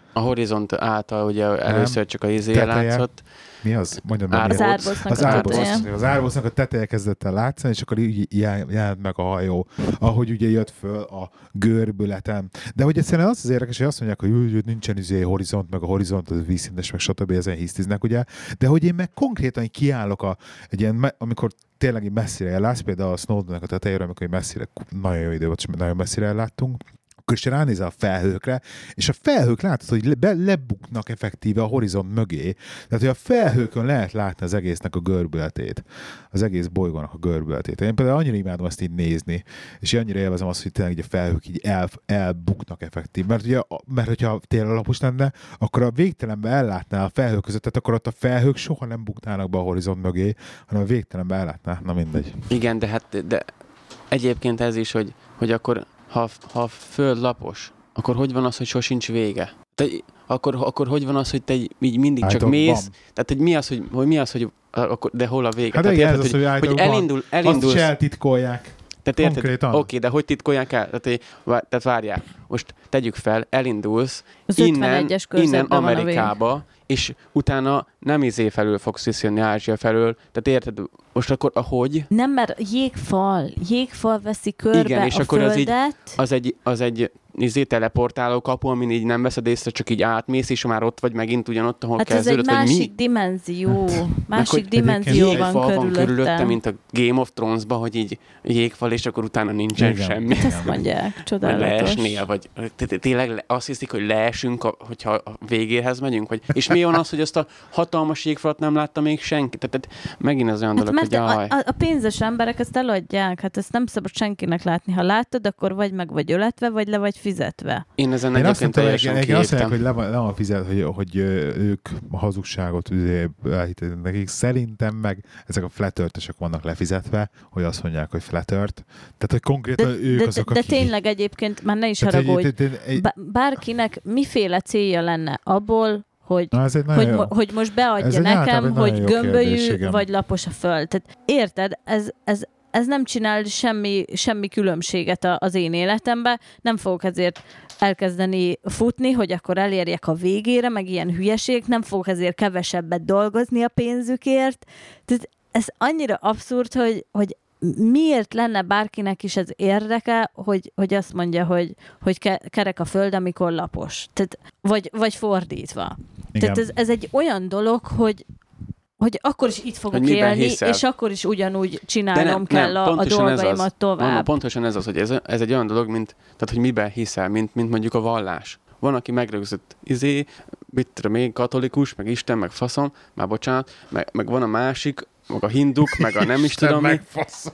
A Horizont által ugye először csak a izé Teteje. látszott. Mi az? Mondjam, Árboc. mi Az Árbosznak az a Árbosz, teteje. az Árbosznak a teteje kezdett el látszani, és akkor így jel- jelent meg a hajó, ahogy ugye jött föl a görbületen. De hogy egyszerűen az az érdekes, hogy azt mondják, hogy, úgy, hogy nincsen izé horizont, meg a horizont, az vízszintes, meg stb. Ezen hisztiznek, ugye. De hogy én meg konkrétan így kiállok a, egy ilyen, me- amikor tényleg így messzire ellátsz, például a Snowdonnak a tetejéről, amikor így messzire, nagyon jó idő volt, és nagyon messzire elláttunk, akkor is ránézel a felhőkre, és a felhők látod, hogy le, lebuknak effektíve a horizont mögé. Tehát, hogy a felhőkön lehet látni az egésznek a görbületét. Az egész bolygónak a görbületét. Én például annyira imádom ezt így nézni, és én annyira élvezem azt, hogy tényleg így a felhők így el, elbuknak effektív. Mert, ugye, mert hogyha tényleg lapos lenne, akkor a végtelenben ellátnál a felhők között, tehát akkor ott a felhők soha nem buknának be a horizont mögé, hanem a végtelenben ellátná. Na mindegy. Igen, de hát de egyébként ez is, hogy, hogy akkor ha, ha a föld lapos, akkor hogy van az, hogy sosincs vége? Te, akkor, akkor hogy van az, hogy te így mindig csak Állítólag mész? van. Tehát, hogy mi az, hogy, hogy mi az, hogy akkor, de hol a vége? Hát tehát igen, érted, ez az, hogy, hogy hogy állítólag van. elindul, Azt elindulsz. is eltitkolják. Tehát érted? Konkrétan. Oké, okay, de hogy titkolják el? Tehát, hogy vár- tehát várjál, most tegyük fel, elindulsz Az innen, ötvenegyes innen körzetben van a vég. Amerikába, és utána nem izé felől fogsz visszajönni Ázsia felől, tehát érted? Most akkor a hogy? Nem, mert jégfal, jégfal veszi körbe Igen, és a akkor az így- földet. Az egy, az egy izé teleportáló kapu, amin így nem veszed észre, csak így átmész, és már ott vagy megint ugyanott, ahol Hát ez egy kezdődött, vagy másik mi? dimenzió. Másik hogy dimenzió Jégfal van van körülötte, körülöttem. mint a Game of Thrones-ban, hogy így jégfal, és akkor utána nincsen Igen. semmi. Hát ezt mondják, Vagy csodálatos. leesnél, vagy t- t- tényleg le- azt hiszik, hogy leesünk, a- hogyha a végéhez megyünk? Vagy, és mi van az, hogy azt a hatalmas jégfalat nem látta még senki? Tehát, tehát megint az olyan Hát dolog, mert hogy a, jaj. a, a pénzes emberek ezt eladják, hát ezt nem szabad senkinek látni. Ha láttad, akkor vagy meg vagy öletve, vagy le vagy fizetve. Én ezen Én azt egyébként mondtam, hogy teljesen igen, azt mondják, kiéptem. hogy le van, le van fizet, hogy, hogy ö, ők a hazugságot üzé elhitetik nekik. Szerintem meg ezek a flat earth-esek vannak lefizetve, hogy azt mondják, hogy flat earth. Tehát, hogy De, konkrétan ők de, azok, de akik... tényleg egyébként már ne is Tehát, hogy- haragudj. tehát- tehát- Bá- Bárkinek miféle célja lenne abból, hogy Na, ez egy nagyon hogy, jó. mo- hogy most Ez beadja egy általában nekem, egy nagyon hogy jó gömbölyű kérdés, igen. vagy lapos a föld. Tehát érted, ez, ez, ez nem csinál semmi, semmi különbséget a- az én életemben. Nem fogok ezért elkezdeni futni, hogy akkor elérjek a végére, meg ilyen hülyeség, nem fogok ezért kevesebbet dolgozni a pénzükért. Tehát ez annyira abszurd, hogy, hogy miért lenne bárkinek is ez érdeke, hogy, hogy azt mondja, hogy, hogy ke- kerek a föld, amikor lapos. Tehát, vagy, vagy fordítva. Igen. Tehát ez, ez egy olyan dolog, hogy hogy akkor is itt fogok Hogy miben élni, hiszel. és akkor is ugyanúgy De csinálnom nem, kell nem, a, a pontosan ez dolgaimat az. tovább. Mondom, pontosan ez az, hogy ez, ez egy olyan dolog, mint, tehát, hogy miben hiszel, mint, mint mondjuk a vallás. Van, aki megrögzött izé, mit tudom én, katolikus, meg Isten, meg faszom, már bocsánat, meg, meg van a másik, meg a hinduk, meg a nem is tudom mi. Megfasz.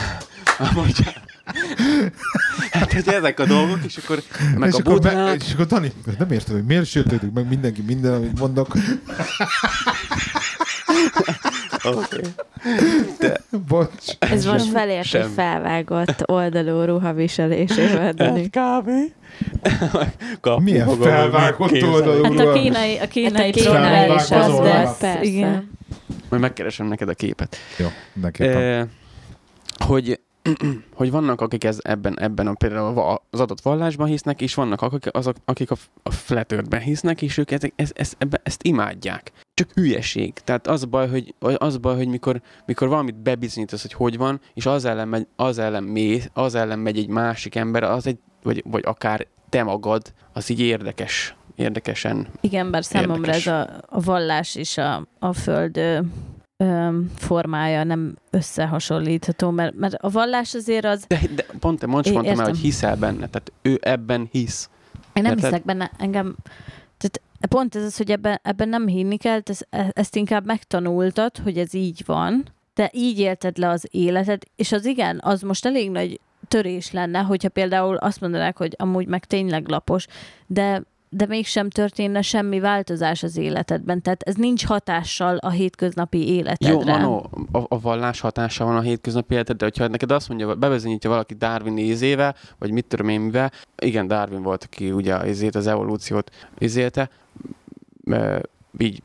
Ah, bocsánat. Hát, hogy ezek a dolgok, és akkor meg és a akkor, buddhák. me, és akkor Dani, nem érted, hogy miért sértődik meg mindenki minden, amit mondok. Okay. Bocs. Ez most Semmi. felért, Semmi. hogy felvágott oldalú ruhaviselésével, Dani. Kb. Kapni Milyen fogom, felvágott hogy oldalú? Hát a Uram. kínai, a kínai Hát a program kínai is is az az lesz. lesz. Persze. Igen. Majd megkeresem neked a képet. Jó, mindenképpen. E, hogy, hogy vannak, akik ez, ebben, ebben a, például az adott vallásban hisznek, és vannak akik, azok, akik a, a flat earth-ben hisznek, és ők ezek, ez, ez, ebbe, ezt imádják. Csak hülyeség. Tehát az a baj, hogy, az a baj, hogy mikor, mikor valamit bebizonyítasz, hogy hogy van, és az ellen megy, az ellen mész, az ellen megy egy másik ember, az egy, vagy, vagy akár te magad, az így érdekes. Érdekesen. Igen, bár számomra Érdekes. ez a, a vallás és a, a föld ö, ö, formája nem összehasonlítható, mert, mert a vallás azért az... De, de pont te most Én mondtam el, értem. hogy hiszel benne. Tehát ő ebben hisz. Én nem Érted? hiszek benne, engem... Tehát pont ez az, hogy ebben, ebben nem hinni kell, ez, ezt inkább megtanultad, hogy ez így van, de így élted le az életed, és az igen, az most elég nagy törés lenne, hogyha például azt mondanák, hogy amúgy meg tényleg lapos, de de mégsem történne semmi változás az életedben. Tehát ez nincs hatással a hétköznapi életedre. Jó, Manó, a, a vallás hatása van a hétköznapi életedre, de hogyha neked azt mondja, bebizonyítja valaki Darwin izével, vagy mit tudom én mivel, igen, Darwin volt, aki ugye izét, az evolúciót izélte, így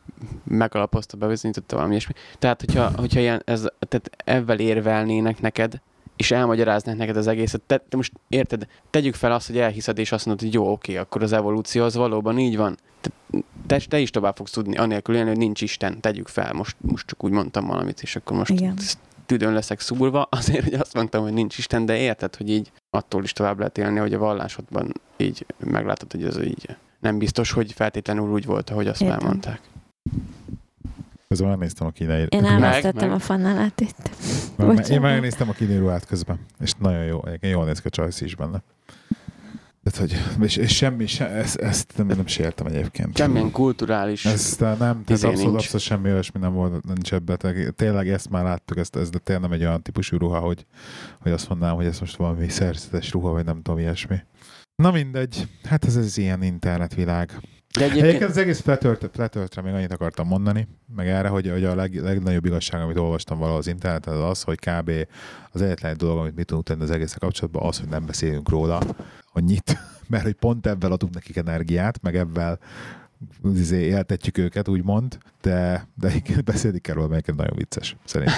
megalapozta, bebizonyította valami ilyesmi. Tehát, hogyha, hogyha ilyen, ez, tehát ebben érvelnének neked, és elmagyaráznák neked az egészet. Te, te most érted, tegyük fel azt, hogy elhiszed, és azt mondod, hogy jó, oké, akkor az evolúció az valóban így van. Te, te, te is tovább fogsz tudni, anélkül élni, hogy nincs Isten, tegyük fel. Most, most csak úgy mondtam valamit, és akkor most Igen. tüdőn leszek szúrva, azért, hogy azt mondtam, hogy nincs Isten, de érted, hogy így attól is tovább lehet élni, hogy a vallásodban így meglátod, hogy ez így nem biztos, hogy feltétlenül úgy volt, ahogy azt Értem. elmondták. Közben megnéztem a kínai... Én Meg- elvesztettem meg- a fannalát itt. Én Bocsánat. megnéztem a kínai ruhát közben, és nagyon jó, egyébként jól néz ki a Csajci is benne. Tehát, hogy, és, és semmi, se, ezt, ezt nem, nem sértem egyébként. Semmilyen kulturális... Ezt nem, tehát izé abszolút, nincs. abszolút semmi olyasmi nem volt, nincs ebben. Tehát tényleg ezt már láttuk, ezt, ez de tényleg nem egy olyan típusú ruha, hogy, hogy azt mondanám, hogy ez most valami szerzetes ruha, vagy nem tudom, ilyesmi. Na mindegy, hát ez az ilyen internetvilág. De Egyébként, egyébként... az egész Flat Earth-re még annyit akartam mondani, meg erre, hogy, hogy a leg, legnagyobb igazság, amit olvastam valahol az interneten, az az, hogy kb. Az egyetlen dolog, amit mi tudunk tenni az egész kapcsolatban, az, hogy nem beszélünk róla annyit, mert hogy pont ebben adunk nekik energiát, meg ebben izé, éltetjük őket, úgymond, de, de igen, beszélni kell róla, melyiket nagyon vicces, szerintem.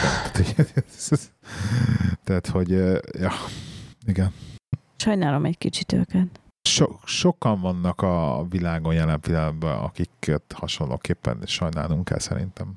Tehát, hogy ja, igen. Sajnálom egy kicsit őket. So, sokan vannak a világon jelen pillanatban, akiket hasonlóképpen sajnálnunk kell szerintem.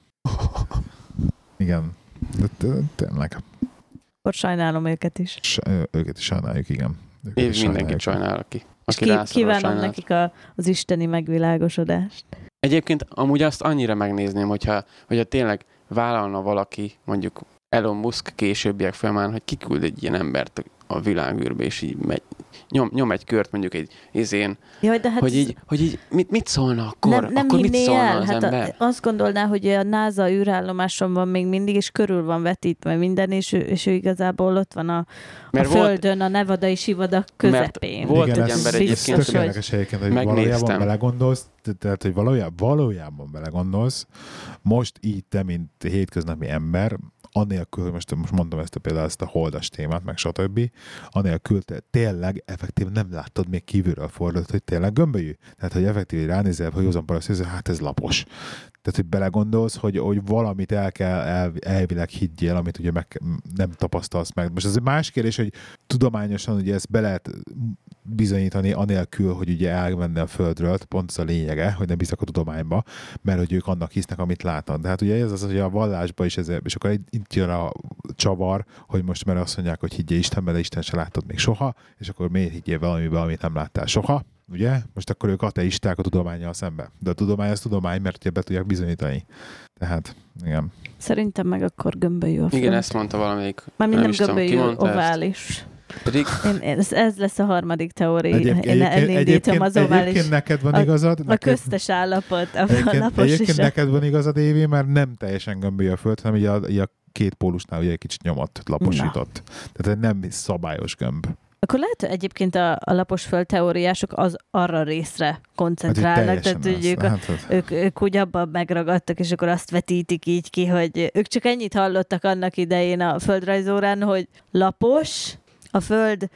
Igen. De, de, tényleg. Akkor sajnálom őket is. S, őket is sajnáljuk, igen. Őket Én is mindenkit sajnál, aki, És aki ki, rászorul kívánom sajnálat. nekik a, az isteni megvilágosodást. Egyébként amúgy azt annyira megnézném, hogyha, hogyha tényleg vállalna valaki, mondjuk Elon Musk későbbiek folyamán, hogy kiküld egy ilyen embert a világűrbe, és így megy, nyom, nyom egy kört mondjuk egy izén, Jaj, de hát hogy így, hogy így mit, mit szólna akkor? nem, nem akkor mit hinné szólna el. az Hát ember? a, azt gondolná, hogy a NASA űrállomáson van még mindig, és körül van vetítve minden, és ő, és ő igazából ott van a, a Mert volt- Földön, a nevadai sivadak közepén. volt igen, egy ez, ember ez egyébként, tök hogy- érdekes egyébként, hogy megnéztem. valójában belegondolsz, tehát, hogy valójában, valójában belegondolsz, most így te, mint hétköznapi ember, anélkül, hogy most, most mondom ezt a például ezt a holdas témát, meg stb. Anélkül te tényleg effektív nem láttad még kívülről fordult, hogy tényleg gömbölyű. Tehát, hogy effektív ránézel, hogy józan paraszt, hogy hát ez lapos. Tehát, hogy belegondolsz, hogy, hogy valamit el kell el, elvileg higgyél, amit ugye meg nem tapasztalsz meg. Most ez egy más kérdés, hogy tudományosan ugye ezt be lehet bizonyítani anélkül, hogy ugye elmenne a Földről, pont az a lényege, hogy nem bíznak a tudományba, mert hogy ők annak hisznek, amit látnak. De hát ugye ez az, hogy a vallásban is ez, és akkor itt jön a csavar, hogy most mert azt mondják, hogy higgyél Istenben, de Isten se láttad még soha, és akkor miért higgyél valamiben, amit nem láttál soha, ugye? Most akkor ők ateisták a tudománnyal szemben. De a tudomány az tudomány, mert ugye be tudják bizonyítani. Tehát, igen. Szerintem meg akkor gömbölyű a Föld. Igen, ezt mondta valamelyik. Mármint nem is tudom, ki gömbölyű, mondta ezt. ovális. Pedig Én, ez, ez lesz a harmadik teória. Egyébként, Én egyébként, elindítom egyébként, az ovális. egyébként neked van a- igazad. A neked, köztes állapot, a egyébként, lapos egyébként is. a- neked van igazad, Évi, mert nem teljesen gömbölyű a Föld, hanem így a, így a két pólusnál ugye egy kicsit nyomott, laposított. Tehát nem szabályos gömb. Akkor lehet, hogy egyébként a, a lapos föld teóriások az arra részre koncentrálnak, teljesen tehát hogy az. ők, a, Hát, az- ők, ők úgy abban megragadtak, és akkor azt vetítik így ki, hogy ők csak ennyit hallottak annak idején a földrajzórán, hogy lapos, a föld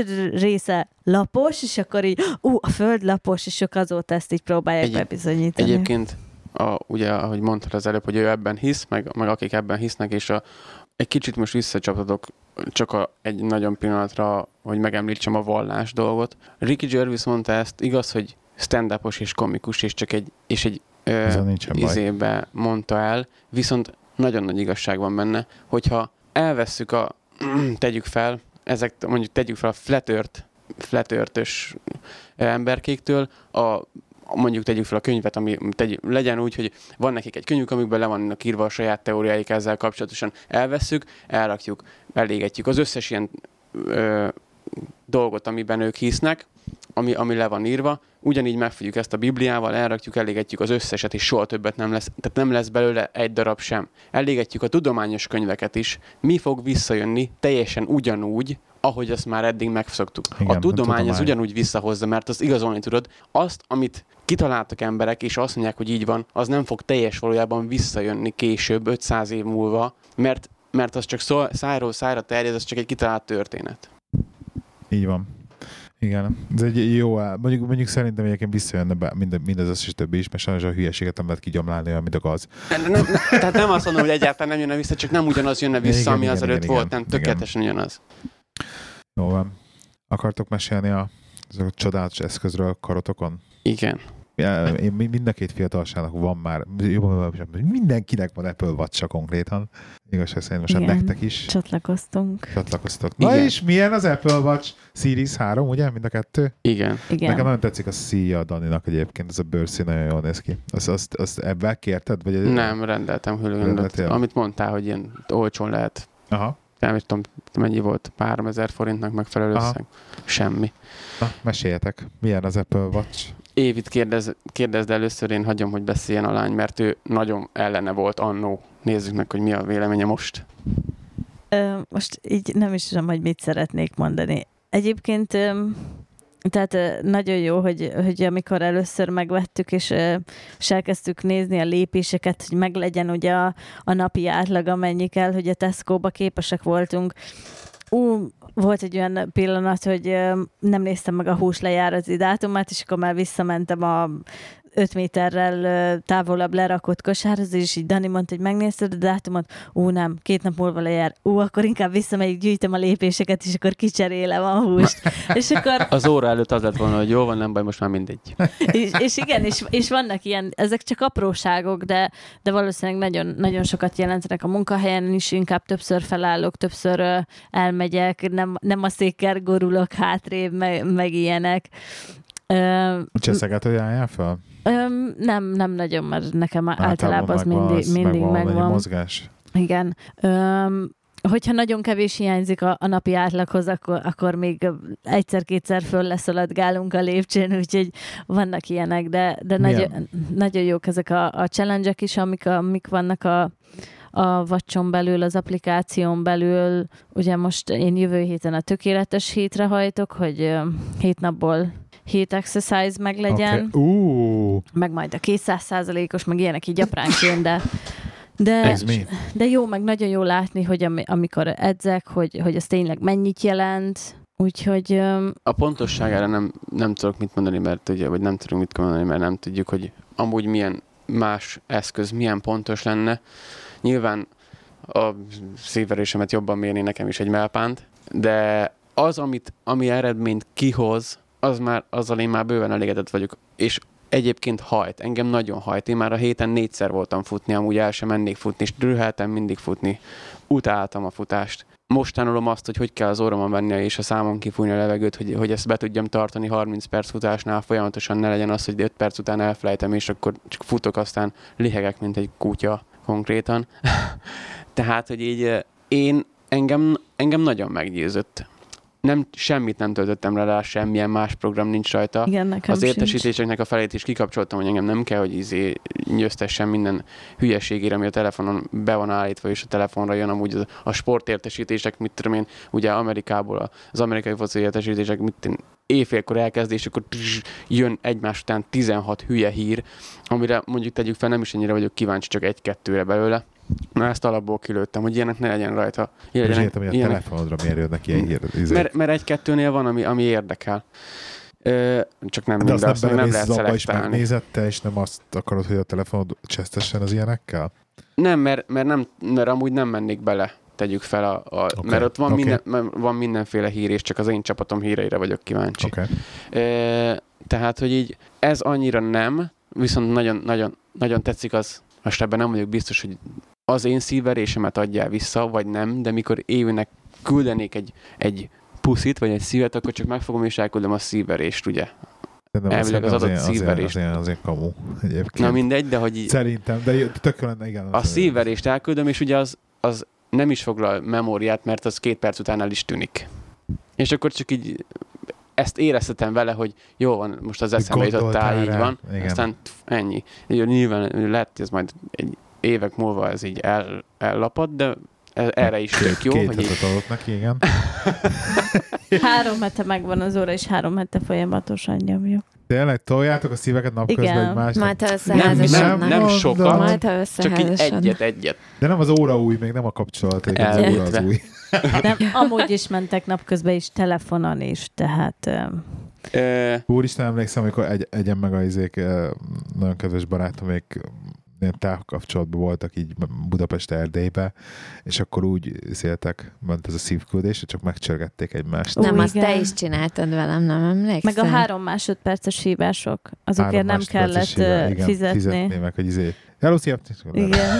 része lapos, és akkor így, ú, a föld lapos, és ők azóta ezt így próbálják Egy- bebizonyítani. egyébként, a, ugye, ahogy mondtad az előbb, hogy ő ebben hisz, meg, meg akik ebben hisznek, és a, egy kicsit most visszacsaptatok csak a, egy nagyon pillanatra, hogy megemlítsem a vallás dolgot. Ricky Gervais mondta ezt, igaz, hogy stand-upos és komikus, és csak egy, és egy Ezzel nincsen baj. izébe mondta el, viszont nagyon nagy igazság van benne, hogyha elvesszük a, tegyük fel, ezek, mondjuk tegyük fel a flat earth, flat earth-ös emberkéktől, a mondjuk tegyük fel a könyvet, ami tegy, legyen úgy, hogy van nekik egy könyvük, amikben le vannak írva a saját teóriáik ezzel kapcsolatosan. Elvesszük, elrakjuk, elégetjük az összes ilyen ö, dolgot, amiben ők hisznek, ami, ami le van írva. Ugyanígy megfogjuk ezt a Bibliával, elrakjuk, elégetjük az összeset, és soha többet nem lesz, tehát nem lesz belőle egy darab sem. Elégetjük a tudományos könyveket is. Mi fog visszajönni teljesen ugyanúgy, ahogy azt már eddig megszoktuk. Igen, a tudomány, a tudomány az ugyanúgy visszahozza, mert azt igazolni tudod. Azt, amit kitaláltak emberek, és azt mondják, hogy így van, az nem fog teljes valójában visszajönni később, ötszáz év múlva, mert, mert az csak szó, szájról szájra terjed, az csak egy kitalált történet. Így van. Igen, ez egy jó, mondjuk, mondjuk szerintem egyébként visszajönne be minden, mindez összes többi is, mert sajnos a hülyeséget nem lehet kigyomlálni, olyan, mint a gaz. Nem, nem, nem, tehát nem azt mondom, hogy egyáltalán nem jönne vissza, csak nem ugyanaz jönne vissza, igen, ami igen, azelőtt igen, volt, igen, nem tökéletesen igen. ugyanaz. Jó van. Akartok mesélni a, a csodálatos eszközről karotokon? Igen. Én mind a két fiatalságnak van már, mindenkinek van Apple Watch-a konkrétan. Igazság szerint most Igen, nektek is. Csatlakoztunk. Csatlakoztok. Na Igen. és milyen az Apple Watch Series három, ugye? Mind a kettő? Igen. Igen. Nekem nagyon tetszik a szíja a Daninak egyébként, ez a bőrszí nagyon jól néz ki. Azt, azt, azt ebben kérted? Vagy Nem, rendeltem hülőgöndöt. Rendeltél? Amit mondtál, hogy ilyen olcsón lehet. Aha. Nem tudom, mennyi volt, három ezer forintnak megfelelő Aha. összeg. Semmi. Na, meséljetek. Milyen az Apple Watch? Évit kérdez, kérdezd először, én hagyom, hogy beszéljen a lány, mert ő nagyon ellene volt annó. Nézzük meg, hogy mi a véleménye most. Ö, most így nem is tudom, hogy mit szeretnék mondani. Egyébként ö, tehát ö, nagyon jó, hogy, hogy amikor először megvettük, és, ö, és elkezdtük nézni a lépéseket, hogy meglegyen ugye a, a napi átlag, amennyi kell, hogy a Tesco-ba képesek voltunk. Ú, volt egy olyan pillanat, hogy ö, nem néztem meg a húslejárazi dátumát, és akkor már visszamentem a öt méterrel távolabb lerakott kosárhoz, és így Dani mondta, hogy megnézted a dátumot, ú nem, két nap múlva lejár, ú, akkor inkább visszamegyek, gyűjtöm a lépéseket, és akkor kicserélem a húst. és akkor... Az óra előtt az lett volna, hogy jó van, nem baj, most már mindegy. és, és igen, és, és vannak ilyen, ezek csak apróságok, de, de valószínűleg nagyon, nagyon sokat jelentenek a munkahelyen is, inkább többször felállok, többször uh, elmegyek, nem, nem a székkel gorulok hátrébb, meg, meg ilyenek. Uh, Cseszeget ajánljál fel? Öm, nem, nem nagyon, mert nekem általában, általában az megvan, mindig, az mindig megvan. megvan. Mozgás. Igen. Öm, hogyha nagyon kevés hiányzik a, a napi átlaghoz, akkor, akkor még egyszer-kétszer föl leszaladgálunk a lépcsőn, úgyhogy vannak ilyenek, de, de nagyon, nagyon jók ezek a, a challenge-ek is, amik, amik vannak a a Watch-on belül, az applikáción belül. Ugye most én jövő héten a tökéletes hétre hajtok, hogy hét napból hét exercise meg legyen. Okay. Uh. Meg majd a kétszáz százalékos, meg ilyenek így apránként, de de, Ez mi? de jó, meg nagyon jó látni, hogy am- amikor edzek, hogy, hogy az tényleg mennyit jelent. Úgyhogy... Um... A pontosságára nem, nem tudok mit mondani, mert ugye, vagy nem tudunk mit mondani, mert nem tudjuk, hogy amúgy milyen más eszköz, milyen pontos lenne. Nyilván a szívverésemet jobban mérni nekem is egy mellpánt, de az, amit, ami eredményt kihoz, az már, azzal én már bőven elégedett vagyok. És egyébként hajt, engem nagyon hajt. Én már a héten négyszer voltam futni, amúgy el sem mennék futni, és drüheltem mindig futni. Utáltam a futást. Most tanulom azt, hogy hogy kell az orromon venni, és a számon kifújni a levegőt, hogy, hogy ezt be tudjam tartani harminc perc futásnál, folyamatosan ne legyen az, hogy öt perc után elfelejtem, és akkor csak futok, aztán lihegek, mint egy kutya konkrétan. Tehát, hogy így én, engem, engem nagyon meggyőzött. Nem, semmit nem töltöttem rá, semmilyen más program nincs rajta. Igen, nekem az értesítéseknek a felét is kikapcsoltam, hogy engem nem kell, hogy izé nyöztessen minden hülyeségére, ami a telefonon be van állítva, és a telefonra jön amúgy a, a sportértesítések, mit tudom én, ugye Amerikából az amerikai foci értesítések, mit én, éjfélkor elkezdés, és akkor tss, jön egymás után tizenhat hülye hír, amire mondjuk tegyük fel, nem is ennyire vagyok kíváncsi, csak egy-kettőre belőle. Na, ezt alapból kilőttem, hogy ilyenek ne legyen rajta. És értem, hogy a telefonodra miért jönnek ilyen hír. Mert, mert egy-kettőnél van, ami, ami érdekel. Ö, csak nem de minden, azt nem nem lehet is szelektálni. megnézed te, és nem azt akarod, hogy a telefonod csesztessen az ilyenekkel? Nem, mert, mert, nem, mert amúgy nem mennék bele, tegyük fel, a, a, okay. mert ott van, okay. minden, van mindenféle hír, és csak az én csapatom híreire vagyok kíváncsi. Okay. Ö, tehát, hogy így ez annyira nem, viszont nagyon, nagyon, nagyon tetszik az, most ebben nem vagyok biztos, hogy az én szívverésemet adjál vissza, vagy nem, de mikor évének küldenék egy, egy puszit, vagy egy szívet, akkor csak megfogom és elküldöm a szívverést, ugye? Elvileg az adott szívverést. Az ilyen, az ilyen kamu egyébként. Na mindegy, de hogy... Szerintem, de tökéletesen, igen. A szívverést elküldöm, és ugye az, az nem is foglal memóriát, mert az két perc után el is tűnik. És akkor csak így ezt éreztetem vele, hogy jó van, most az eszembe jutottál, így van. Igen. Aztán pff, ennyi. Nyilván lehet, hogy ez majd egy évek múlva ez így el, ellapad, de erre is tök jó. Két hogy hetet így... adott neki, igen. Három hete megvan az óra, és három hete folyamatosan nyomjuk. Tényleg toljátok a szíveket napközben Igen. egymásnak? Majd ha Nem, összeházasodnak. nem, nem mondom. sokat, Majd ha csak így összeházasodnak. egyet, egyet. De nem az óra új, még nem a kapcsolat, az Elvétve. óra az új. Nem, amúgy is mentek napközben is, telefonon is, tehát... öm, Ö, Úristen, emlékszem, amikor egy, egyen meg a izék, eh, nagyon kedves barátom, még ilyen távkapcsolatban voltak így Budapest Erdélybe, és akkor úgy széltek, ment ez a szívküldés, hogy csak megcsörgették egymást. Ó, Nem, azt igen. te is csináltad velem, nem emlékszel? meg a három másodperces hívások, azokért Három nem másodperces kellett hívás, ö, igen, fizetni. fizetni, meg hogy izé. Hello, szia! Igen,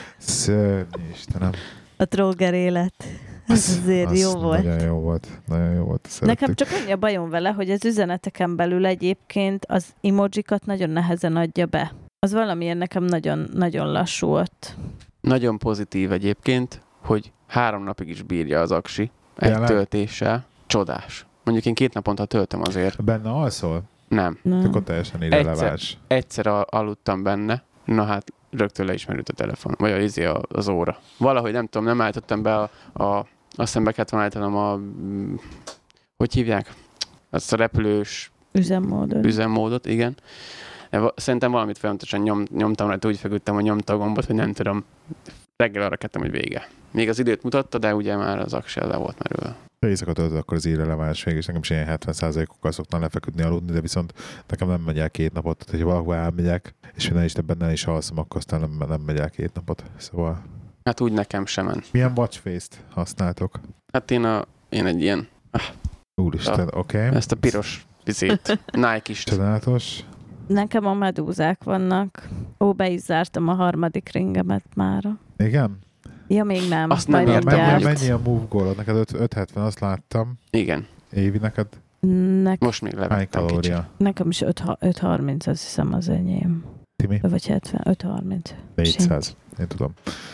Szörnyű, Istenem. a tróger élet. Ez azért Az jó volt. Nagyon jó volt. Nagyon jó volt. Szerettük. Nekem csak annyi a bajom vele, hogy az üzeneteken belül egyébként az emojikat nagyon nehezen adja be. Az valamiért nekem nagyon, nagyon lassú ott. nagyon pozitív egyébként, hogy három napig is bírja az aksi egy Tényleg? töltéssel. Csodás. Mondjuk én két naponta töltöm azért. Benne alszol? Nem. Nem. Akkor teljesen irreleváns. Egyszer al- aludtam benne, na hát rögtön le ismerült a telefon, vagy az, izé a- az óra. Valahogy nem tudom, nem állítottam be a, a azt hiszem be kellett volna állítanom a, mm, hogy hívják? Azt a repülős Üzemmódon. üzemmódot, igen. Szerintem valamit folyamatosan nyom, nyomtam rajta, úgy feküdtem, hogy nyomta a gombot, hogy nem tudom. Reggel arra kettem, hogy vége. Még az időt mutatta, de ugye már az aksi le volt merülve. Ha éjszaka töltöd, akkor az irreleváns végig, és nekem is ilyen hetven százalékokkal szoktam lefeküdni, aludni, de viszont nekem nem megy el két napot. Tehát, hogyha valahol elmegyek, és minden is benne is alszom, akkor aztán nem, nem megy el két napot. Szóval Hát úgy nekem sem ment. milyen watchface-t használtok? Hát én, a, én egy ilyen, Úristen, oké. Okay. ezt a piros vizét, Nike-ist. Csodálatos. Nekem a medúzák vannak. Ó, be is zártam a harmadik ringemet mára. Igen? Ja, még nem. Azt nem majd értem, Mennyi, mindjárt. mennyi a move goal? Neked öt hetven, azt láttam. Igen. Évi, neked Nek- Most még hány levettem kicsit. kalória? nekem is öt harminc, azt hiszem az enyém. Timi? Vagy hetven, öt harminc. négyszáz. Én tudom.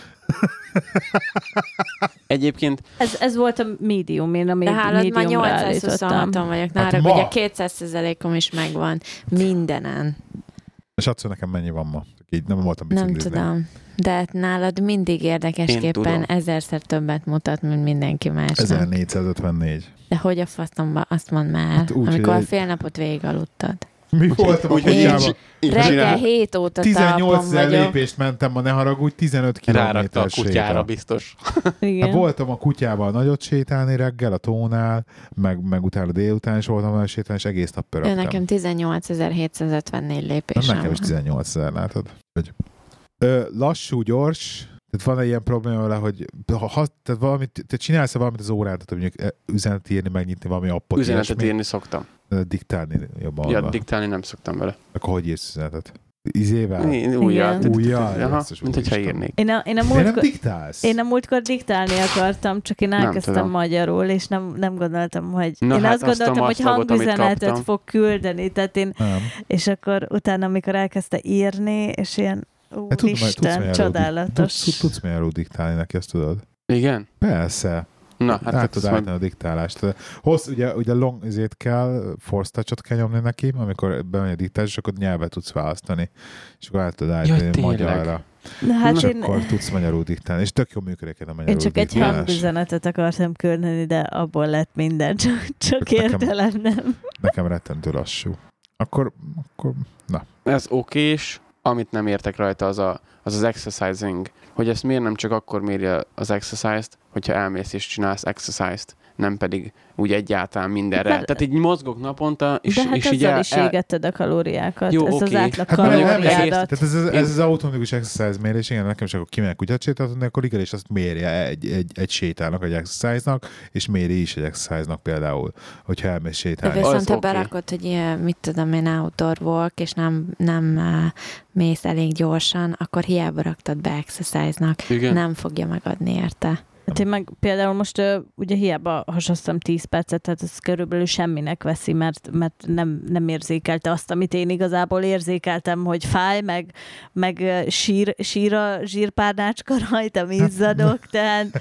Egyébként Ez, ez volt a medium, én a De med- hálad, már mediumra állítottam. nyolcszázhuszonhaton vagyok. Hát Nára, ma. ugye kétszáz százalékom is megvan. Mindenen. És adszol nekem mennyi van ma? Így nem voltam Nem biciklizni. tudom. De hát nálad mindig Én érdekesképpen tudom. ezerszer többet mutat, mint mindenki másnak. ezernégyszázötvennégy. De hogy a faszomba, azt mondd már, Hát úgy, amikor hogy egy- fél napot végig aludtad. Mi voltam a úgy, hogy kutyában? így- így Reggel csinál- hét óta tizennyolc talpon ezer vagyok. lépést mentem ma, ne haragudj, tizenöt rárakta a kilométer kutyára séta. biztos. Igen. Hát voltam a kutyával nagyot sétálni reggel, a tónál, meg, meg utána délután is voltam olyan sétálni, és egész nap Ő pörögtem. nekem tizennyolcezer-hétszázötvennégy Na, lépésem nekem is van. tizennyolc ezer, látod? Hogy... Ö, lassú, gyors, tehát van egy ilyen probléma vele, hogy ha, ha tehát valamit, te csinálsz valamit az órádat, hogy mondjuk üzenet írni, megnyitni valami appot, Üzenetet ilyesmi, írni szoktam. de diktálni jobban. Ja, van. diktálni nem szoktam vele. Akkor hogy írsz üzenetet? Izével? Én újjal. Igen. Újjal? Aha, Basszus, mint hogyha úristen. írnék. Én a, én a Miért nem múltkor... diktálsz? Én a múltkor diktálni akartam, csak én Nem elkezdtem tudom. magyarul, és nem, nem gondoltam, hogy... Na én hát azt azt a gondoltam, hogy maszlagot, amit hangüzenetet kaptam. fog küldeni, tehát én, Nem. és akkor utána, amikor elkezdte írni, és ilyen, Hát tudod, majd- tudsz úristen, magyarul dik- csodálatos. Tudsz, tudsz magyarul diktálni neki, ezt tudod? Igen? Persze. Na, Hát hát át ezt tudod majd... állítani a diktálást. Hossz, ugye, ugye long izét kell, force touch-ot kell nyomni neki, amikor bemegy a diktálás, és akkor nyelvet tudsz választani. És akkor át tudod állítani tényleg? magyarra. Na, hát És én, akkor tudsz magyarul diktálni. És tök jó működik a magyarul én csak egy diktálás. hangüzenetet akartam küldeni, de abból lett minden, csak, csak Nekem- értelem nem. Nekem rettentő lassú. Akkor, akkor na. Ez okés, amit nem értek rajta, az, a, az az exercising. Hogy ezt miért nem csak akkor mérje az exercise-t, hogyha elmész és csinálsz exercise-t, nem pedig úgy egyáltalán mindenre. De- Tehát így mozgok naponta, és, De hát és így azzal el, is el, égetted a kalóriákat. Jó, Ez az oké. átlag Hát mert mondjuk kalóriádat. Tehát ez, ez, ez az automatikus exercise mérés, igen, nekem is akkor kimegyek kutyát sétáltatni, akkor igenis azt mérje egy, egy, egy sétának, egy exercise-nak, és méri is egy exercise-nak például, hogyha elmész De sétálni. Az viszont ha oké. berakod, hogy ilyen, mit tudom én, outdoor walk, és nem, nem uh, mész elég gyorsan, akkor hiába raktad be exercise-nak. igen. Nem fogja megadni érte. Hát én meg például most uh, ugye hiába hasaztam tíz percet, tehát ez körülbelül semminek veszi, mert, mert nem, nem érzékelte azt, amit én igazából érzékeltem, hogy fáj, meg, meg uh, sír, sír a zsírpárnácska rajtam, izzadok, tehát...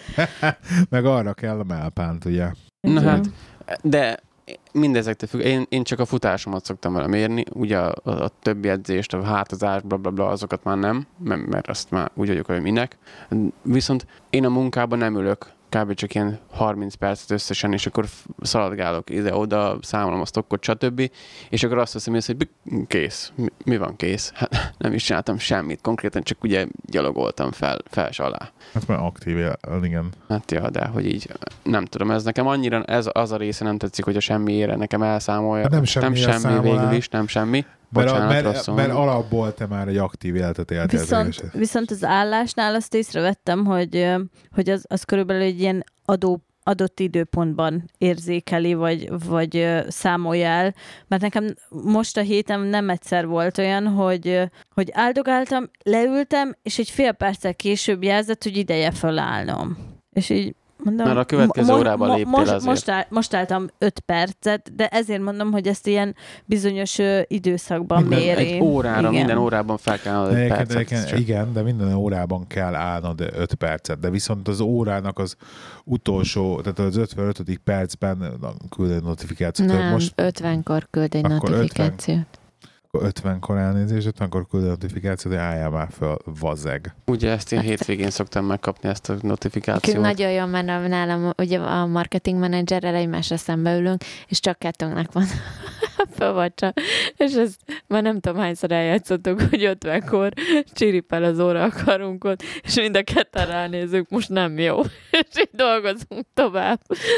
Meg arra kell a mellpánt, ugye? Na hát, de mindezektől függ. Én, én csak a futásomat szoktam vele mérni, ugye a, a, a többi edzést, a hátazás, bla, bla, bla, azokat már nem, mert, mert azt már úgy vagyok, hogy minek. Viszont én a munkában nem ülök kb. Csak ilyen harminc percet összesen, és akkor szaladgálok ide-oda, számolom a stockot, stb. És akkor azt veszem észre, hogy kész. Mi, mi van kész? Hát nem is csináltam semmit. Konkrétan csak ugye gyalogoltam fel, fels alá. Hát már aktív, igen. Hát ja, de hogy így nem tudom, ez nekem annyira, ez az a része nem tetszik, hogy a semmiére nekem elszámolja. Hát nem semmi, nem semmi végül is, nem semmi. Bocsánat, mert, rosszul. mert alapból te már egy aktív életet éltél. Viszont, viszont az állásnál azt észrevettem, hogy, hogy az, az körülbelül egy ilyen adó, adott időpontban érzékeli, vagy, vagy számolja el. Mert nekem most a héten nem egyszer volt olyan, hogy, hogy áldogáltam, leültem, és egy fél perccel később jelzett, hogy ideje fölállnom. És így mondom, mert a következő mo- órában léptél most, azért. Most, áll, most álltam öt percet, de ezért mondom, hogy ezt ilyen bizonyos ö, időszakban minden, méri. Egy órára, igen. minden órában fel kell állnod öt percet. Igen, igen, de minden órában kell állnod öt percet, de viszont az órának az utolsó, tehát az ötvenötödik percben küld egy notifikációt. Nem, most ötvenkor küld egy notifikációt. ötvenkor elnézést, ötvenkor küld a notifikációt, hogy álljál már fel, vazeg. Ugye ezt én hétvégén szoktam megkapni, ezt a notifikációt. Nagyon jó, mert nálam ugye a marketing menedzserrel egymásra szembeülünk, és csak kettőnknek van fölvacsa. És ezt már nem tudom hányszor eljátszottuk, hogy ötvenkor csiripel az óra a karunkon, és mind a ketten ránézünk, most nem jó. És így dolgozunk tovább.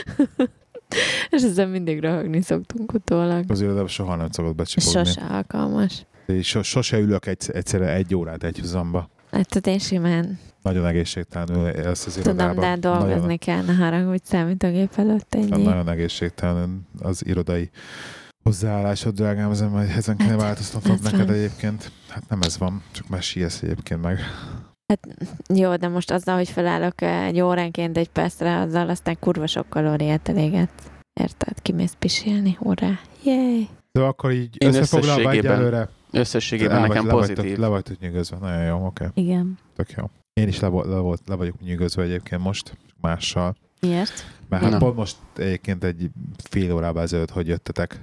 És ezzel mindig röhögni szoktunk utólag. Az irodában soha nem szokott becsipogni. Sose alkalmas. Sos, sose ülök egy, egyszerre egy órát egy huzamba. Hát én simán. Nagyon egészségtelenül élsz az irodában. Tudom, de dolgozni nagyon... kell, ne haragudj számítógép előtt ennyi. Nagyon egészségtelenül az irodai hozzáállásod, drágám, ezen majd ezen kéne hát, változtatnod neked van. Egyébként. Hát nem ez van, csak már siesz egyébként meg. Hát jó, de most azzal, hogy felállok egy óránként egy percre, azzal aztán kurva sok kalóriát eléget. Érted? Kimész pisilni, urrá. Jéj! De akkor így összefoglalva egyelőre. Összességében nekem le pozitív. Vagytok, le vagytok nyűgözve. Nagyon jó, oké. Okay. Igen. Tök jó. Én is le, le, le, le vagyok nyűgözve egyébként most, mással. Miért? Mert hát pont most egyébként egy fél órában ezelőtt, hogy jöttetek,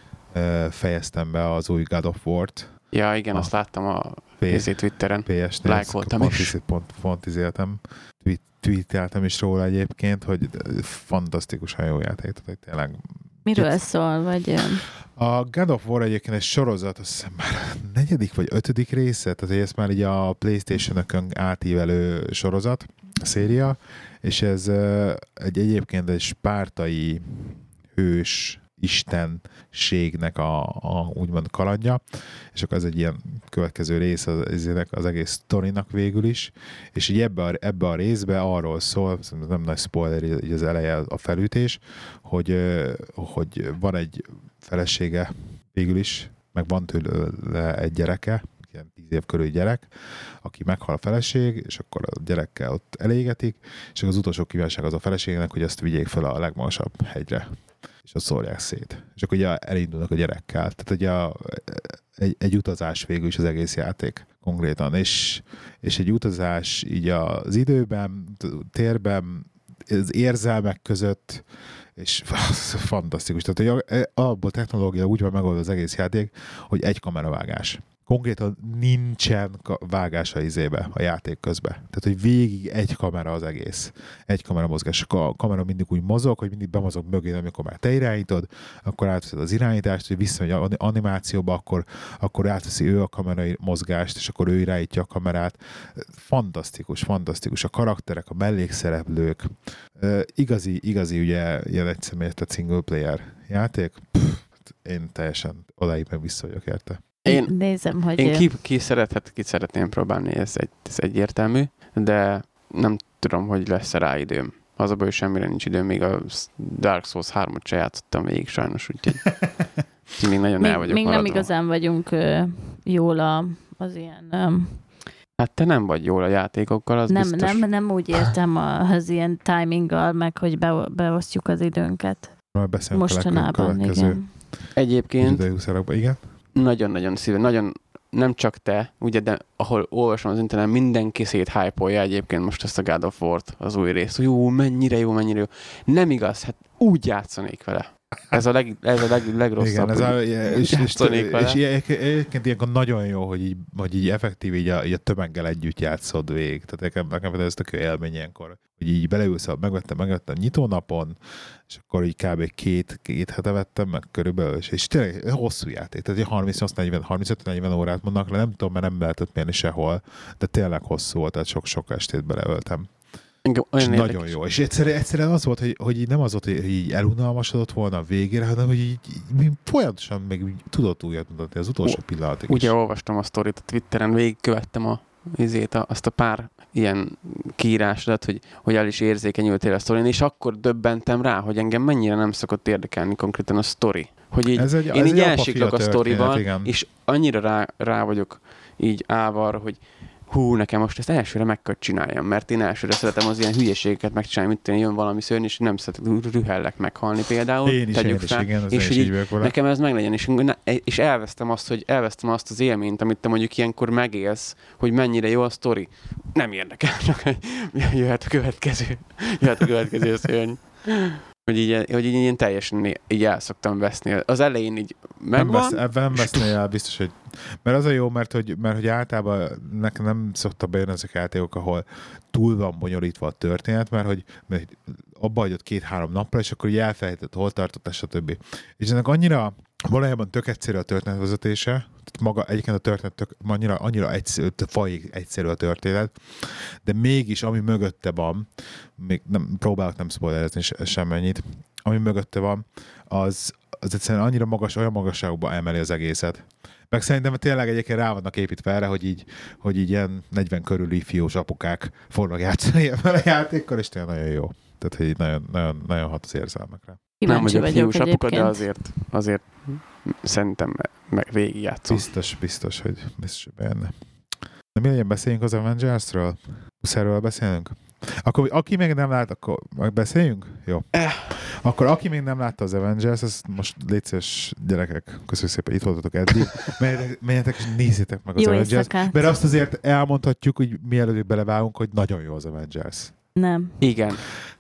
fejeztem be az új God of War-t. Ja, igen, a azt láttam a P- Twitteren. pé es té, lájkoltam is. Pont, pont izéltem. Tweet, tweeteltem is róla egyébként, hogy fantasztikusan jó játék. Tehát tényleg... Miről itt szól, vagy... A God of War egyébként egy sorozat, azt hiszem már negyedik vagy ötödik része, tehát ez már így a PlayStation-ökön átívelő sorozat, széria, és ez egy egyébként egy spártai hős istenségnek a, a úgymond kalandja, és akkor ez egy ilyen következő rész az, az egész sztorinak végül is, és így ebbe a, ebbe a részbe arról szól, nem nagy spoiler így az eleje a felütés, hogy, hogy van egy felesége végül is, meg van tőle egy gyereke, ilyen tíz év körüli gyerek, aki meghal a feleség, és akkor a gyerekkel ott elégetik, és az utolsó kívánság az a feleségnek, hogy azt vigyék fel a legmagasabb hegyre, és ott szórják szét. És akkor ugye elindulnak a gyerekkel. Tehát ugye a, egy, egy utazás végül is az egész játék konkrétan. És, és egy utazás így az időben, térben, az érzelmek között, és fantasztikus. Tehát abból technológia úgy van megoldva az egész játék, hogy egy kameravágás. Konkrétan nincsen vágása izébe a játék közben. Tehát, hogy végig egy kamera az egész. Egy kamera mozgás. A kamera mindig úgy mozog, hogy mindig bemozog mögé, amikor már te irányítod, akkor átveszed az irányítást, hogy visszamegy az animációba, akkor, akkor átveszi ő a kamerai mozgást, és akkor ő irányítja a kamerát. Fantasztikus, fantasztikus. A karakterek, a mellékszereplők. Uh, igazi, igazi, ugye, ilyen egyszemélyes, a single player játék. Pff, én teljesen odáig meg vissza vagyok érte. Én, Nézem, hogy... Én ki, ki, szerethet, ki szeretném próbálni, ez, egy, ez egyértelmű, de nem tudom, hogy lesz rá időm. Az a baj, hogy semmire nincs időm, még a Dark Souls hármat se játszottam végig sajnos, úgyhogy még nagyon még, el vagyok Még maradva. nem igazán vagyunk uh, jól a, az ilyen... Um, hát te nem vagy jól a játékokkal, az nem, biztos. Nem, nem úgy értem az ilyen timinggal, meg hogy be, beosztjuk az időnket. Mostanában, igen. Egyébként... Igen? Nagyon-nagyon szíve, nagyon nem csak te, ugye, de ahol olvasom az interneten, mindenki széthype-olja egyébként most ezt a God of War-t, az új részt. Jó, mennyire jó, mennyire jó. Nem igaz, hát úgy játszanék vele. Ez a, leg, ez a leg, legrosszabb. Igen, ez a, és, és, és, és egyébként ilyenkor nagyon jó, hogy így, hogy így effektív így a, így a tömeggel együtt játszod végig. Tehát nekem, nekem ez tök jó élmény ilyenkor. Hogy így beleülsz, megvettem, megvettem nyitónapon, és akkor így kb. két, két hete vettem meg körülbelül, és, és tényleg hosszú játék. Tehát harmincnyolc negyven, harmincöt negyven órát mondnak le, nem tudom, mert nem lehetett mérni sehol, de tényleg hosszú volt, tehát sok-sok estét beleöltem. És nagyon jó. És egyszerűen, egyszerűen az volt, hogy, hogy így nem az volt, hogy így elunalmasodott volna a végére, hanem hogy így, így folyamatosan még tudott újat mutatni az utolsó pillanatig. Ugye olvastam a sztorit a Twitteren, végigkövettem a, izét, a, azt a pár ilyen kiírásodat, hogy, hogy el is érzékenyültél a sztorin, és akkor döbbentem rá, hogy engem mennyire nem szokott érdekelni konkrétan a sztori. Hogy így, egy, én így elsiklak a sztorival, és annyira rá, rá vagyok így állva arra, hogy hú, nekem most ezt elsőre meg kell csináljam, mert én elsőre szeretem az ilyen hülyeségeket megcsinálni, mint én jön valami szörny, és nem szeretem rühellek meghalni például. Én is, tegyük én fel, is, igen, és hogy így nekem ez meglegyen, és, és elvesztem azt, hogy elvesztem azt az élményt, amit te mondjuk ilyenkor megélsz, hogy mennyire jó a sztori. Nem érdekel, csak hogy jöhet a következő, jöhet a következő szörny. Hogy így, hogy így én teljesen így el szoktam veszni. Az elején így megvan. Nem vesz, ebben nem vesznél el, biztos, hogy... Mert az a jó, mert hogy, mert hogy általában nekem nem szoktak bejönni ezek a játékok, ahol túl van bonyolítva a történet, mert hogy mert abba hagyott két-három napra, és akkor így elfelejtett, hol tartott, stb. És ennek annyira valójában tök egyszerű a történetvezetése, tehát maga egyébként a történet tök, annyira, annyira egyszerű, fajig egyszerű a történet, de mégis ami mögötte van, még nem, próbálok nem spoilerezni semmennyit, ami mögötte van, az, az egyszerűen annyira magas, olyan magasságokba emeli az egészet. Meg szerintem tényleg egyébként rá vannak építve erre, hogy így, hogy így ilyen negyven körüli fiós apukák fognak játszani ebben a játékkal, és tényleg nagyon jó. Tehát, hogy így nagyon, nagyon, nagyon hat az érzelmekre. Kíváncsi nem vagyok fiús apuka, de egyébként. azért, azért szerintem meg végigjátszom. Biztos, biztos, hogy biztos, hogy benne. De mi legyen, beszéljünk az Avengers-ről? Muszáról beszélünk? Akkor aki még nem lát, akkor beszéljünk? Jó. Eh. Akkor aki még nem látta az Avengers, ez most légy szíves, gyerekek, köszönjük szépen, itt voltatok eddig. Menjetek és nézzétek meg az jó Avengers. Éjszakát. Mert azt azért elmondhatjuk, hogy mielőtt belevágunk, hogy nagyon jó az Avengers. Nem. Igen.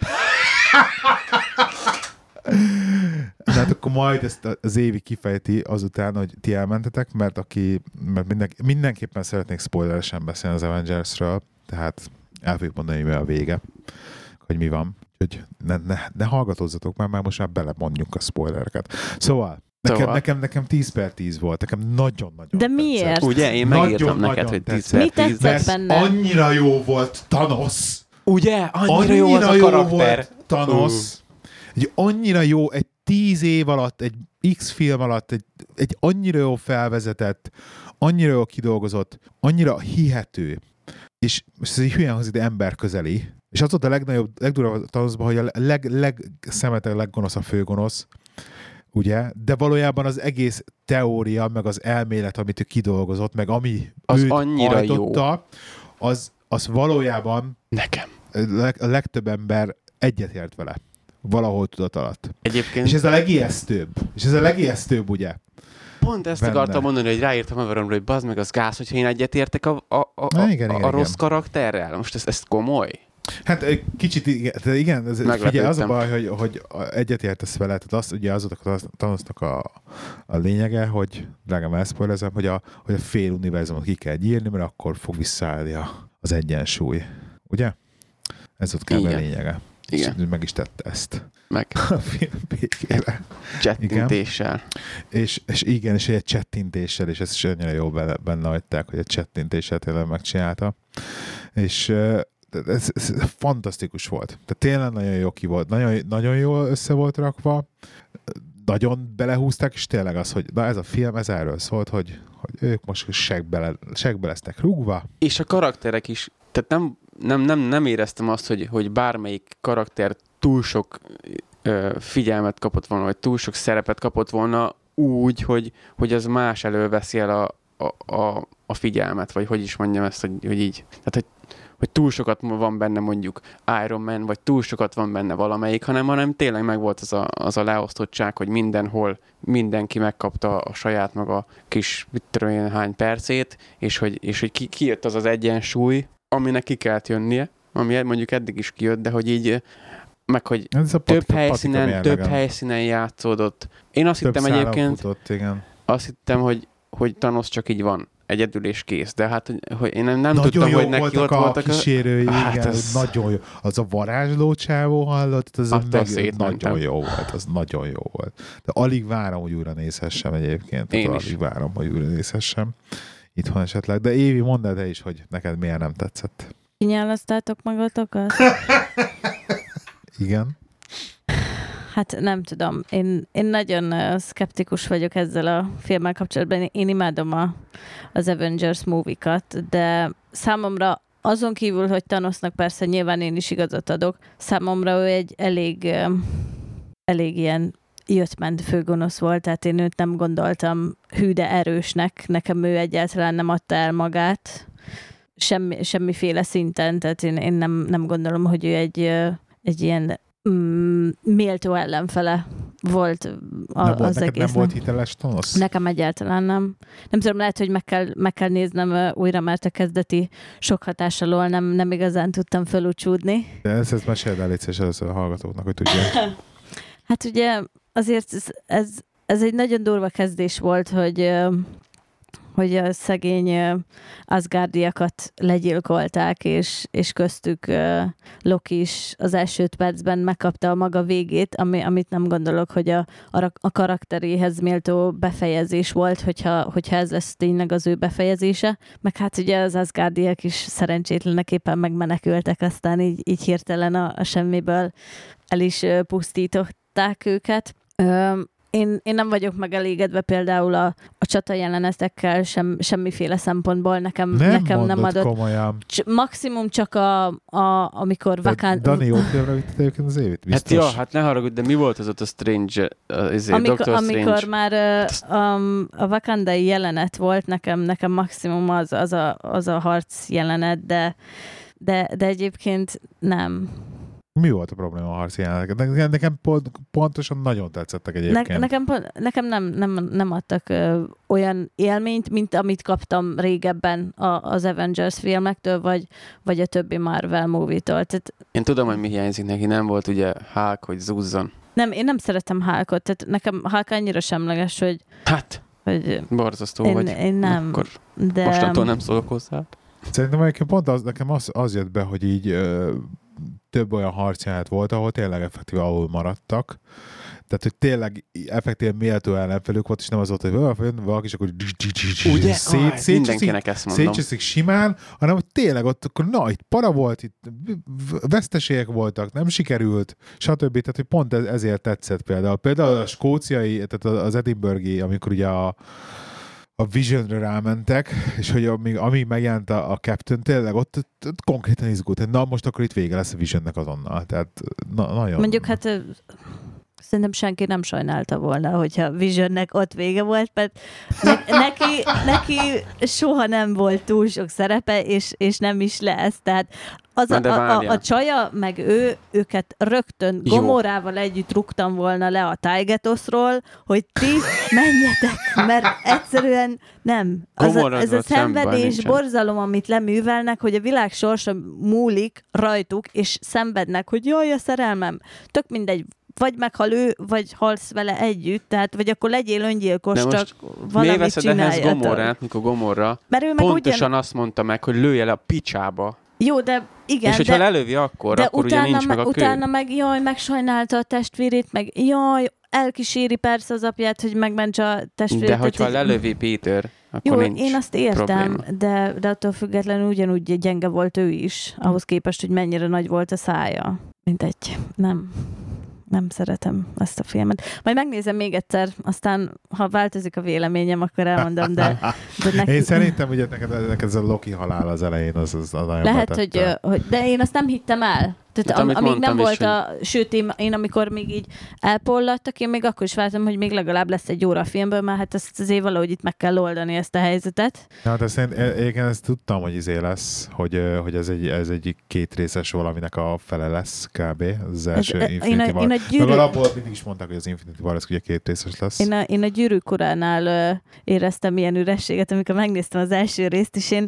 Tehát akkor majd ezt az Évi kifejti azután, hogy ti elmentetek, mert aki, mert minden, mindenképpen szeretnék spoileresen beszélni az Avengersről, tehát el fogjuk mondani, hogy mi a vége, hogy mi van. Úgyhogy ne, ne, ne hallgatózzatok már, már most már belemondjuk a spoilereket. Szóval, nekem, Szóval. nekem, nekem tíz per tíz volt, nekem nagyon-nagyon De miért? tetszett. Ugye? Én Nagyon, megírtam nagyon neked, hogy tíz tetszett. per Mi tíz. tetszett Mert benne? annyira jó volt Thanos. Ugye? Annyira, Annyira jó az a jó karakter. volt Thanos. Uh. Egy annyira jó, egy tíz év alatt, egy X film alatt, egy, egy annyira jó felvezetett, annyira jó kidolgozott, annyira hihető, és ez egy hülyen hangzik, de emberközeli. És az volt a legnagyobb, legdurvább Thanosban, hogy a leg, legszemeteg, leggonosz a főgonosz, ugye? De valójában az egész teória, meg az elmélet, amit ő kidolgozott, meg ami az őt annyira hajtotta, az, az valójában Nekem. a legtöbb ember egyetért vele. Valahol tudat alatt. Egyébként És ez a legijesztőbb. És ez a legijesztőbb, ugye? pont ezt benne. akartam mondani, hogy ráírtam Everonra, hogy bazd meg az gáz, hogyha én egyetértek a, a, a, a, Na, igen, a, igen, a rossz igen. karakterrel. Most ez, ez komoly? Hát egy kicsit igen, tehát igen ez, figyelj, az a baj, hogy, hogy egyetértesz vele, tehát az, ugye az a Thanosnak a, a lényege, hogy drágám elszpoilezem, hogy a, hogy a fél univerzumot ki kell gyírni, mert akkor fog visszaállni a, az egyensúly. Ugye? Ez ott kell a lényege. Igen. És meg is tette ezt. Meg. A film végére. Csettintéssel. És, és igen, és egy csettintéssel, és ezt is annyira jó benne, benne hagyták, hogy egy csettintéssel tényleg megcsinálta. És ez, ez fantasztikus volt. Tehát tényleg nagyon jó ki volt. Nagyon, nagyon jól össze volt rakva. Nagyon belehúzták, és tényleg az, hogy na ez a film, ez erről szólt, hogy, hogy ők most segbe, segbe lesznek rúgva. És a karakterek is, tehát nem, nem, nem, nem éreztem azt, hogy, hogy bármelyik karakter túl sok ö, figyelmet kapott volna, vagy túl sok szerepet kapott volna úgy, hogy, hogy az más elől veszi el a, a, a, a figyelmet, vagy hogy is mondjam ezt, hogy, hogy így. Tehát, hogy hogy túl sokat van benne mondjuk Iron Man, vagy túl sokat van benne valamelyik, hanem, hanem tényleg megvolt az a, az a leosztottság, hogy mindenhol mindenki megkapta a saját maga kis, mit tudom én, hány percét, és hogy, és hogy ki, kijött az az egyensúly, aminek ki kellett jönnie, ami mondjuk eddig is kijött, de hogy így meg hogy Ez a több patika, helyszínen, patika több mérlegen. helyszínen játszódott. Én azt Több hittem szálon egyébként, futott, igen. azt hittem, hogy, hogy Thanos csak így van, egyedül és kész. De hát, hogy, hogy én nem, nem nagyon tudtam, jó hogy neki voltak ott a voltak kísérői, Hát igen, ez- nagyon jó. Az a varázsló csávó hallott, az Attól meg, szétmentem. nagyon jó volt, az nagyon jó volt. De alig várom, hogy újra nézhessem egyébként. Én Tehát is. alig várom, hogy újra nézhessem. Itthon esetleg. De Évi, mondd el te is, hogy neked miért nem tetszett. Kinyálasztátok magatokat? Igen. Hát nem tudom. Én, én nagyon uh, szkeptikus vagyok ezzel a filmmel kapcsolatban. Én imádom a, az Avengers movie-kat, de számomra azon kívül, hogy Thanosnak persze nyilván én is igazat adok, számomra ő egy elég, uh, elég ilyen jött-ment főgonosz volt, tehát én őt nem gondoltam hű, de erősnek. Nekem ő egyáltalán nem adta el magát semmi, semmiféle szinten, tehát én, én nem, nem gondolom, hogy ő egy, uh, egy ilyen mm, méltó ellenfele volt a, nem volt, az neked egésznek. nem volt hiteles Thanos? Nekem egyáltalán nem. Nem tudom, lehet, hogy meg kell, meg kell néznem ö, újra, mert a kezdeti sok hatás alól nem, nem igazán tudtam felúcsúdni. De ezt, ezt meséld el légy először a hallgatóknak, hogy tudják. Hát ugye azért ez, ez, ez egy nagyon durva kezdés volt, hogy, ö, hogy a szegény ö, Asgardiakat legyilkolták, és, és köztük ö, Loki is az első öt percben megkapta a maga végét, ami, amit nem gondolok, hogy a, a, a karakteréhez méltó befejezés volt, hogyha, hogyha ez lesz tényleg az ő befejezése. Meg hát ugye az Asgardiak is szerencsétlenek éppen megmenekültek, aztán így, így hirtelen a, a semmiből el is ö, pusztították őket. Ö, Én, én nem vagyok megelégedve például a, a csata jelenetekkel sem, semmiféle szempontból. Nekem Nem nekem mondod nem adott. komolyan. Cs- maximum csak a, a amikor De vakán... Dani jó filmre vitted egyébként az évét? Hát Biztos. jó, hát ne haragudj, de mi volt az ott a Strange, uh, izé, amikor, Doctor amikor Strange? már uh, um, a vakandai jelenet volt, nekem, nekem maximum az, az, a, az a harc jelenet, de, de, de egyébként nem. Mi volt a probléma a harci jeleneteket? Nekem, nekem pont, pontosan nagyon tetszettek egyébként. Ne, nekem, pont- nekem nem, nem, nem adtak ö, olyan élményt, mint amit kaptam régebben a, az Avengers filmektől, vagy, vagy a többi Marvel movie-tól. Tehát Én tudom, hogy mi hiányzik neki, nem volt ugye Hulk, hogy zúzzon. nem, én nem szeretem Hulkot, tehát nekem Hulk annyira semleges, hogy, Hát, hogy borzasztó én, vagy. én nem. Akkor De mostantól nem szólok hozzá. Szerintem egyébként pont az, nekem az, az jött be, hogy így ö, több olyan harcjelenet volt, ahol tényleg effektíve alul maradtak. Tehát, hogy tényleg effektíve méltó ellenfelük volt, és nem az volt, hogy jön valaki, és akkor Ugye? szét, Ah, szétcsiszik, mindenkinek ezt mondom. szétcsiszik simán, hanem hogy tényleg ott akkor na, itt para volt, itt veszteségek voltak, nem sikerült, stb. Tehát, hogy pont ez, ezért tetszett például. Például a skóciai, tehát az Edinburghi, amikor ugye a a Visionre rámentek, és hogy amíg, amíg megjelent a, a Captain, tényleg ott, ott, ott konkrétan izgult, hogy na most akkor itt vége lesz a Visionnek azonnal. Tehát na, nagyon... mondjuk hát ö, szerintem senki nem sajnálta volna, hogyha Visionnek ott vége volt, mert ne, neki, neki soha nem volt túl sok szerepe, és, és nem is lesz. Tehát az a, Na de a, a, várjál. a csaja, meg ő, őket rögtön Jó. Gomorrával együtt rúgtam volna le a Taigetoszról, hogy ti menjetek, mert egyszerűen nem. Az a, Gomorra ez a volt, semmi baj szenvedés, nincsen. borzalom, amit leművelnek, hogy a világ sorsa múlik rajtuk, és szenvednek, hogy jaj, a szerelmem. Tök mindegy, vagy meghal ő, vagy halsz vele együtt, tehát vagy akkor legyél öngyilkos, De csak most valamit miért veszed ehhez csináljatok. Gomorrát, mikor Gomorra Mert ő meg pontosan ugyan... azt mondta meg, hogy lője le a picsába. Jó, de igen, És hogyha de, lelövi akkor, de akkor ugye utána, nincs meg me, a kő. utána meg jaj, megsajnálta a testvérét, meg jaj, elkíséri persze az apját, hogy megmentse a testvérét. De hogyha tehát, lelövi Péter, akkor jó, nincs én azt értem, probléma. de, de attól függetlenül ugyanúgy gyenge volt ő is, ahhoz képest, hogy mennyire nagy volt a szája. Mindegy, nem. Nem szeretem ezt a filmet. Majd megnézem még egyszer, aztán ha változik a véleményem, akkor elmondom, de, de neki... Én szerintem, hogy neked, neked ez a Loki halál az elején, az, az, az nagyon Lehet, betette. hogy, hogy... De én azt nem hittem el. Tehát Hát, am, amit amíg nem mondtam volt is, a... Sőt, én, én amikor még így elpollattak, én még akkor is vártam, hogy még legalább lesz egy óra a filmből, mert hát ezt azért valahogy itt meg kell oldani ezt a helyzetet. Na, de szerintem, én ezt tudtam, hogy izé lesz, hogy, hogy ez egy, ez egy két részes valaminek a fele lesz kb. Az első Ez- Infinity én a- War. én a gyűrű- Meg alapból mindig is mondták, hogy az Infinity War az ugye két részes lesz. Én a, én a Gyűrűk uránál ö, éreztem ilyen ürességet, amikor megnéztem az első részt, és én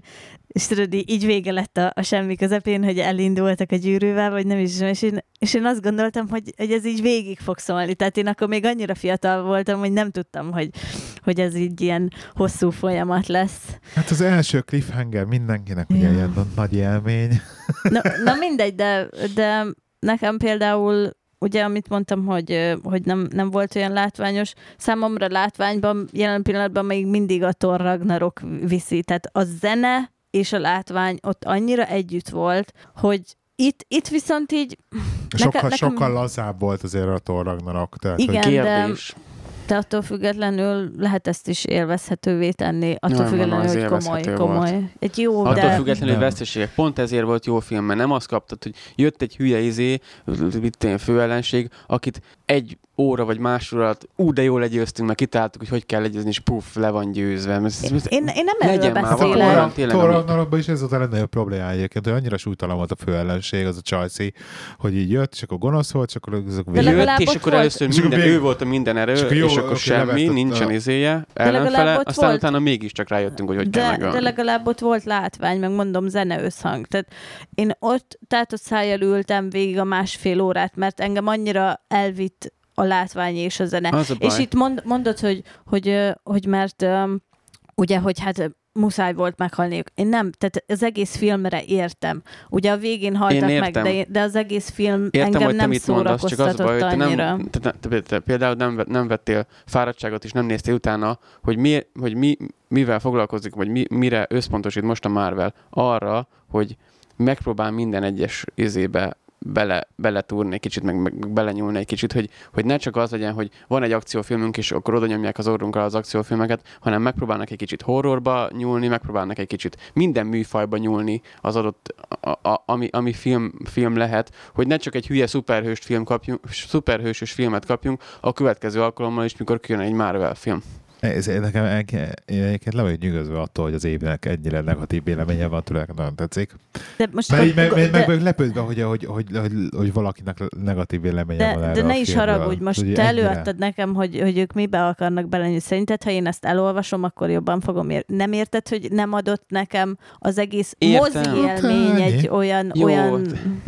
és tudod, így vége lett a, a semmi közepén, hogy elindultak a gyűrűvel, vagy nem is, és én, és én azt gondoltam, hogy, hogy ez így végig fog szólni. Tehát én akkor még annyira fiatal voltam, hogy nem tudtam, hogy, hogy ez így ilyen hosszú folyamat lesz. Hát az első cliffhanger mindenkinek ugye Ja. ilyen nagy élmény. Na, na mindegy, de, de nekem például ugye, amit mondtam, hogy, hogy nem, nem volt olyan látványos, számomra látványban jelen pillanatban még mindig a Thor Ragnarok viszi. Tehát a zene és a látvány ott annyira együtt volt, hogy itt, itt viszont így... Sokkal, nekem, sokkal lazább volt azért a Thor Ragnarok. Tehát, Igen, hogy... Kérdés. de attól függetlenül lehet ezt is élvezhetővé tenni, attól Nem, függetlenül, az hogy komoly, élvezhető komoly. volt. Egy jó, Attól de... függetlenül Nem. veszteségek. Pont ezért volt jó film, mert nem azt kaptad, hogy jött egy hülye izé, itt ilyen főellenség, akit egy óra vagy más óra alatt ú, de jól legyőztünk, mert kitáltuk, hogy hogy kell legyőzni, és puff, le van győzve. Én, én nem erről Legyen már beszélek. valami olyan tényleg, Thor ami- Ragnarokban is ez volt a legnagyobb problémája egyébként, hogy annyira súlytalan volt a főellenség, az a Chelsea, hogy így jött, és akkor gonosz volt, és akkor azok De végül. legalább Jött, és ott akkor volt- először És akkor minden, vég- ő volt a minden erő, és és akkor akkor, jó, és akkor oké, semmi, levesztett nincsen a- izéje, legalább ellenfele, ott aztán volt- utána mégiscsak rájöttünk, hogy hogy kell De, megölni. de legalább ott volt látvány, meg mondom, zene összhang. Tehát én ott tátott szájjal ültem végig a másfél órát, mert engem annyira elvitt a látvány és a zene. Az a baj. És itt mond, mondod, hogy, hogy, ö, hogy mert um, ugye, hogy hát muszáj volt meghalniuk. Én nem, tehát az egész filmre értem. Ugye a végén haltak meg, értem. de, de az egész film Értem, engem hogy te nem mit mondasz, csak az a baj, szórakoztatott hogy te annyira. nem, te, te, te, például nem, ve- nem vettél fáradtságot, és nem néztél utána, hogy, mi, hogy mi, mivel foglalkozik, vagy mi, mire összpontosít most a Marvel. Arra, hogy megpróbál minden egyes izébe bele, beletúrni egy kicsit, meg, meg belenyúlni egy kicsit, hogy, hogy ne csak az legyen, hogy van egy akciófilmünk, és akkor oda nyomják az orrunkra az akciófilmeket, hanem megpróbálnak egy kicsit horrorba nyúlni, megpróbálnak egy kicsit minden műfajba nyúlni az adott, a, a, ami, ami film, film lehet, hogy ne csak egy hülye szuperhős film kapjunk, szuperhősös filmet kapjunk a következő alkalommal is, mikor kijön egy Marvel film. Ez, ez nekem el- én egyébként le vagyok nyugodva attól, hogy az évnek ennyire negatív véleménye van, tőle nagyon tetszik. De most Mert így meg, de- meg, meg vagyok lepődve, hogy, hogy, hogy, hogy, hogy valakinek negatív véleménye van De, erre de ne a is filmről. haragudj, most Ugye te ennyire- előadtad nekem, hogy, hogy ők mibe akarnak belenyúlni. Szerinted, ha én ezt elolvasom, akkor jobban fogom ér. Nem érted, hogy nem adott nekem az egész Értem. mozi élmény Hát, egy olyan, Jó. olyan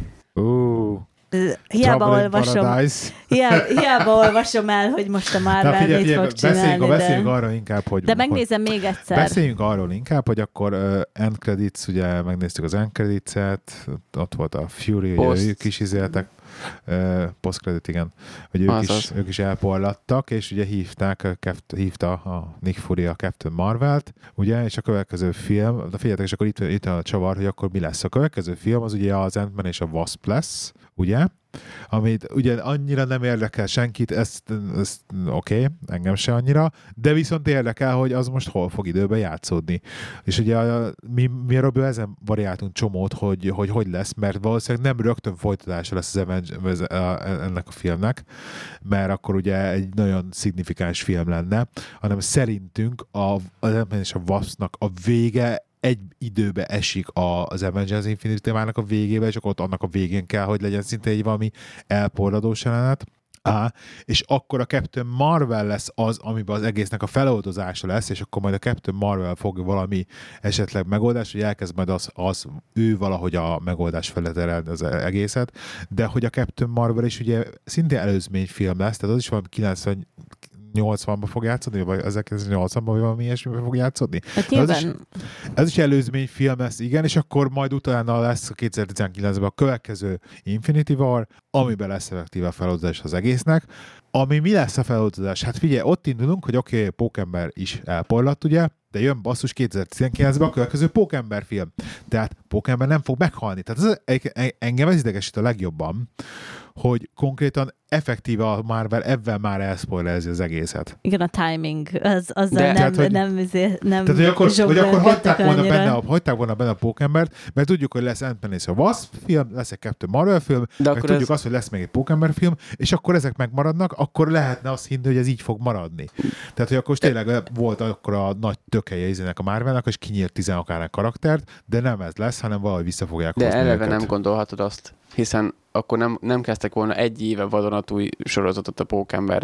Ú, hiába Trouble in olvasom, Paradise. hiába, hiába olvasom el, hogy most a Na Marvel figyelj, mit figyelj, fog csinálni. beszéljünk, de... beszéljünk arról inkább, hogy... de hogy megnézem még egyszer. Beszéljünk arról inkább, hogy akkor uh, end credits, ugye megnéztük az end credits-et, ott volt a Fury, ugye Post. ők is izéltek, uh, post credit, igen, hogy ők is, ők is elporlattak, és ugye hívták, uh, Kept, hívta a Nick Fury a Captain Marvelt, ugye, és a következő film, de figyeljetek, és akkor itt, itt a csavar, hogy akkor mi lesz. A következő film az ugye az Ant-Man és a Wasp lesz, ugye, amit ugye annyira nem érdekel senkit, ezt, ezt oké, okay, engem se annyira, de viszont érdekel, hogy az most hol fog időben játszódni. És ugye a, mi, mi ebből ezen variáltunk csomót, hogy, hogy hogy lesz, mert valószínűleg nem rögtön folytatása lesz az Avengers, ennek a filmnek, mert akkor ugye egy nagyon szignifikáns film lenne, hanem szerintünk a, az Ant-Man és a Waspnak a vége egy időbe esik az Avengers Infinity War-nak a végébe, és akkor ott annak a végén kell, hogy legyen szinte egy valami elporradós jelenet. Á, és akkor a Captain Marvel lesz az, amiben az egésznek a feloldozása lesz, és akkor majd a Captain Marvel fog valami esetleg megoldás, hogy elkezd majd az, az ő valahogy a megoldás felé terelni az egészet, de hogy a Captain Marvel is ugye szintén előzményfilm lesz, tehát az is valami kilencven nyolcvanban fog játszani, vagy ezerkilencszáznyolcvanban vagy valami ilyesmiben fog játszani. Hát Ez is, nyilván, ez is előzményfilm lesz, igen, és akkor majd utána lesz a kétezer-tizenkilencben a következő Infinity War, amiben lesz effektíve a feloldozás az egésznek. Ami mi lesz a feloldozás? Hát figyelj, ott indulunk, hogy oké, okay, Pókember is elporlatt, ugye, de jön basszus kétezer-tizenkilencben a következő Pókember film. Tehát Pókember nem fog meghalni. Tehát ez, engem ez idegesít a legjobban, hogy konkrétan effektíve a Marvel ebben már elszpoilerezi az egészet. igen, a timing, az, azzal De- nem, Tehát, hogy- nem, nem, nem Tehát, hogy akkor, hogy akkor hagyták, volna annyira. benne a, hagyták volna benne a Pókembert, mert tudjuk, hogy lesz Ant-Man és a Wasp film, lesz egy Captain Marvel film, De meg akkor tudjuk ez- azt, hogy lesz még egy Pókember film, és akkor ezek megmaradnak, akkor lehetne azt hinni, hogy ez így fog maradni. Tehát, hogy akkor most tényleg volt akkor a nagy tökhelye izének a Marvelnak, és kinyírt tizen akár karaktert, de nem ez lesz, hanem valahogy vissza fogják De hozni eleve őket. nem gondolhatod azt, hiszen akkor nem, nem kezdtek volna egy éve vadonatúj sorozatot a Pókemberrel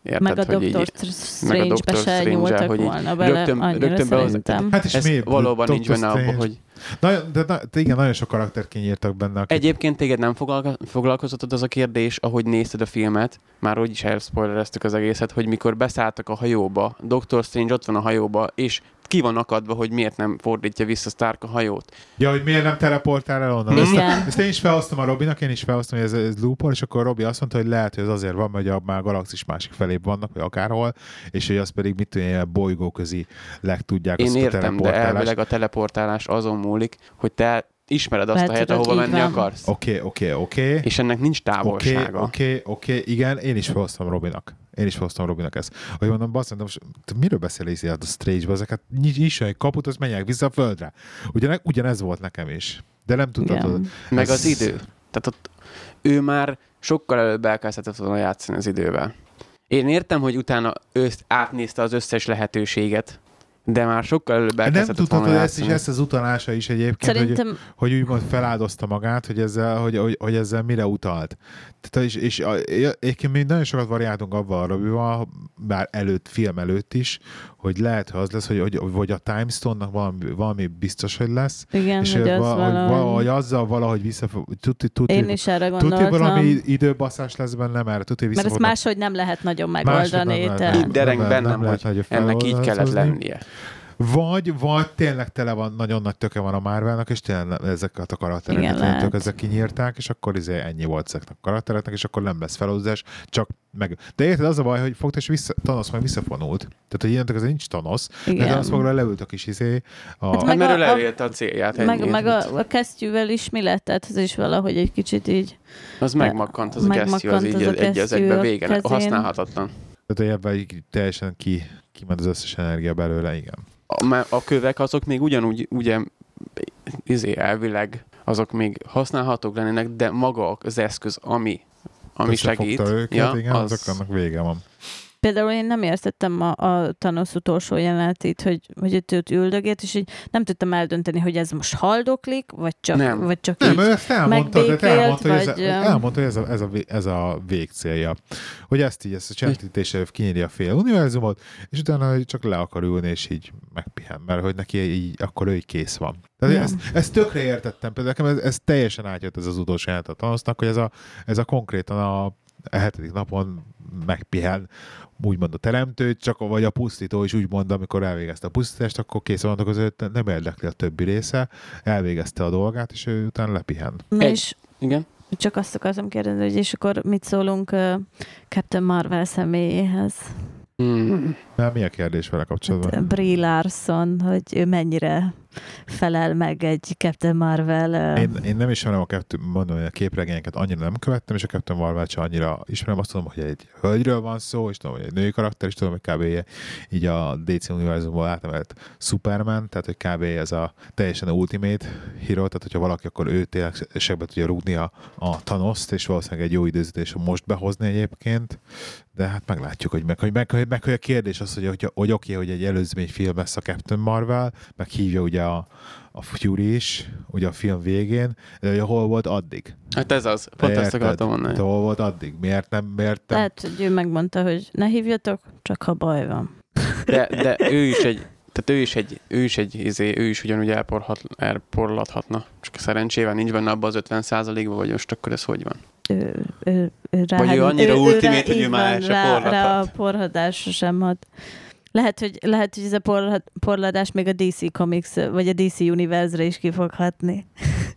Érted, meg a hogy így- Doctor meg a Strange-be Doctor se Strange-el, nyúltak hogy így volna bele rögtön- annyira rögtön behoz- szerintem. Hát és Ez mi? valóban nincs Doctor benne abban, Strange. hogy Nagyon, de, de, de igen, nagyon sok karaktert kinyírtak benne. Akik... egyébként téged nem foglalko- foglalkoztatod az a kérdés, ahogy nézted a filmet, már úgyis elspoilereztük az egészet, hogy mikor beszálltak a hajóba, Doctor Strange ott van a hajóba, és ki van akadva, hogy miért nem fordítja vissza Stark a hajót. Ja, hogy miért nem teleportál el onnan. Ezt, Igen. ezt én is felhoztam a Robinak, én is felhoztam, hogy ez, ez loophole, és akkor Robi azt mondta, hogy lehet, hogy ez azért van, mert a, már a galaxis másik felébb vannak, vagy akárhol, és hogy az pedig mit tudja, ilyen bolygóközi leg tudják Én azt a értem, de teleportálást. elvileg a teleportálás azon múlik, hogy te ismered azt Mert a helyet, tudod, ahova így menni van. akarsz. Oké, oké, oké. És ennek nincs Oké, távolsága. oké, oké, igen, én is felhoztam Robinak. Én is felhoztam Robinak ezt. Hogy mondom, basz, de most te miről beszélsz ilyen a Strange-be? Ezeket nyisson egy kaput, azt menjek vissza a földre. Ugyan, ugyanez volt nekem is. De nem tudtad. Igen. Meg Ez- az idő. Tehát ott ő már sokkal előbb elkezdhetett volna játszani az idővel. Én értem, hogy utána ő átnézte az összes lehetőséget, de már sokkal előbb Nem elkezdhetett tudtad, volna hogy ezt is, játszani. ezt az utalása is egyébként, hogy, Szerintem hogy úgymond feláldozta magát, hogy ezzel, hogy, hogy, hogy ezzel mire utalt. Tehát, és, és a- egyébként mi nagyon sokat variáltunk avval a Robival, bár előtt, film előtt is, hogy lehet, hogy az lesz, hogy, hogy, hogy a Time Stone-nak valami, valami biztos, hogy lesz, igen, és hogy hogy, az val- hogy valami... valahogy azzal valahogy vissza fog... Tuti, tuti, Én is erre tuti gondoltam. valami időbaszás lesz benne, mert tuti vissza Mert ezt fognak- máshogy nem lehet nagyon máshogy nem megoldani. lehet. Tehát... Így dereng Nem lehet- bennem, nem lehet hogy nagy ennek így kellett feloldozni. lennie. Vagy, vagy tényleg tele van, nagyon nagy töke van a Marvelnak, és tényleg nem- ezeket a karaktereket Igen, tényleg lehet. ezek kinyírták, és akkor izé ennyi volt ezeknek a karaktereknek, és akkor nem lesz feloldozás, csak meg... De érted, az a baj, hogy fogta, és vissza, Thanos meg visszafonult. Tehát, hogy innentől ez nincs Thanos, de Igen. Thanos magra leült a kis izé. A... Hát Hát meg mert ő a- a- elérte a célját. Meg, ennyi. meg a, a kesztyűvel is mi lett? Tehát ez is valahogy egy kicsit így... Az megmakkant, az a kesztyű, az megmakkant így az a egy az kesztyű egyben a vége, kezén. használhatatlan. Tehát, hogy ebben így teljesen ki, kiment az összes energia belőle, igen. A, mert a kövek azok még ugyanúgy, ugye, izé, elvileg, azok még használhatók lennének, de maga az eszköz, ami, ami segít, Összefogta őket, ja, igen, az, azoknak vége van. Például én nem értettem a, a Thanos utolsó jelenetét, hogy, hogy itt őt üldögélt, és így nem tudtam eldönteni, hogy ez most haldoklik, vagy csak, Nem. vagy csak Nem, így. ő ezt elmondta, de megbékélt, elmondta, hogy, ez, vagy, a, elmondta, hogy ez a, ez, a, vé- ez a végcélja. Hogy ezt így, ezt a csendítés előtt kinyíri a fél univerzumot, és utána hogy csak le akar ülni, és így megpihen, mert hogy neki így, akkor ő így kész van. Tehát Ja. ezt, ezt tökre értettem, például nekem ez, ez teljesen átjött ez az utolsó jelenet a Thanosnak, hogy ez a, ez a konkrétan a, a hetedik napon megpihen, úgymond a teremtő, csak vagy a pusztító is úgymond, amikor elvégezte a pusztítást, akkor kész van között, nem érdekli a többi része, elvégezte a dolgát, és ő utána lepihen. Na Egy- és Igen? csak azt akartam kérdezni, hogy és akkor mit szólunk uh, Captain Marvel személyéhez? Hmm. Nem, mi a kérdés vele kapcsolatban? Hát, Brie Larson, hogy ő mennyire felel meg egy Captain Marvel... Uh, Én, én nem ismerem a, Captain, mondom, hogy a képregényeket annyira nem követtem, és a Captain Marvel sem annyira ismerem. Azt tudom, hogy egy hölgyről van szó, és tudom, hogy egy női karakter, és tudom, hogy kb. Így a dé cé univerzumból átemelt Superman, tehát hogy kb. Ez a teljesen ultimate hero, tehát hogyha valaki, akkor ő tényleg segbe tudja rúgni a, a Thanost, és valószínűleg egy jó időzítés most behozni egyébként, de hát meglátjuk, hogy meg, hogy, meg, hogy, meg, hogy a kérdés az, hogy, hogy, hogy oké, okay, hogy egy előzmény film lesz a Captain Marvel, meg hívja ugye a, a Fury is, ugye a film végén, de ugye hol volt addig? Hát ez az, pont ezt Érted? akartam mondani. De hol volt addig? Miért nem? Miért nem? lehet, hogy ő megmondta, hogy ne hívjatok, csak ha baj van. De, de ő is egy, tehát ő is egy, ő is egy, izé, ő is ugyanúgy elporhat, elporlathatna. Csak szerencsével nincs benne abban az ötven százalékban, vagy most akkor ez hogy van? Ő, ő, ő rá, Vagy ő annyira ultimate, rá- hogy ő így már van, se rá, porladhat. rá a porhadásra sem ad. Lehet, hogy, lehet, hogy ez a porlad, porladás még a dé cé Comics, vagy a dé cé Universe-re is ki fog hatni.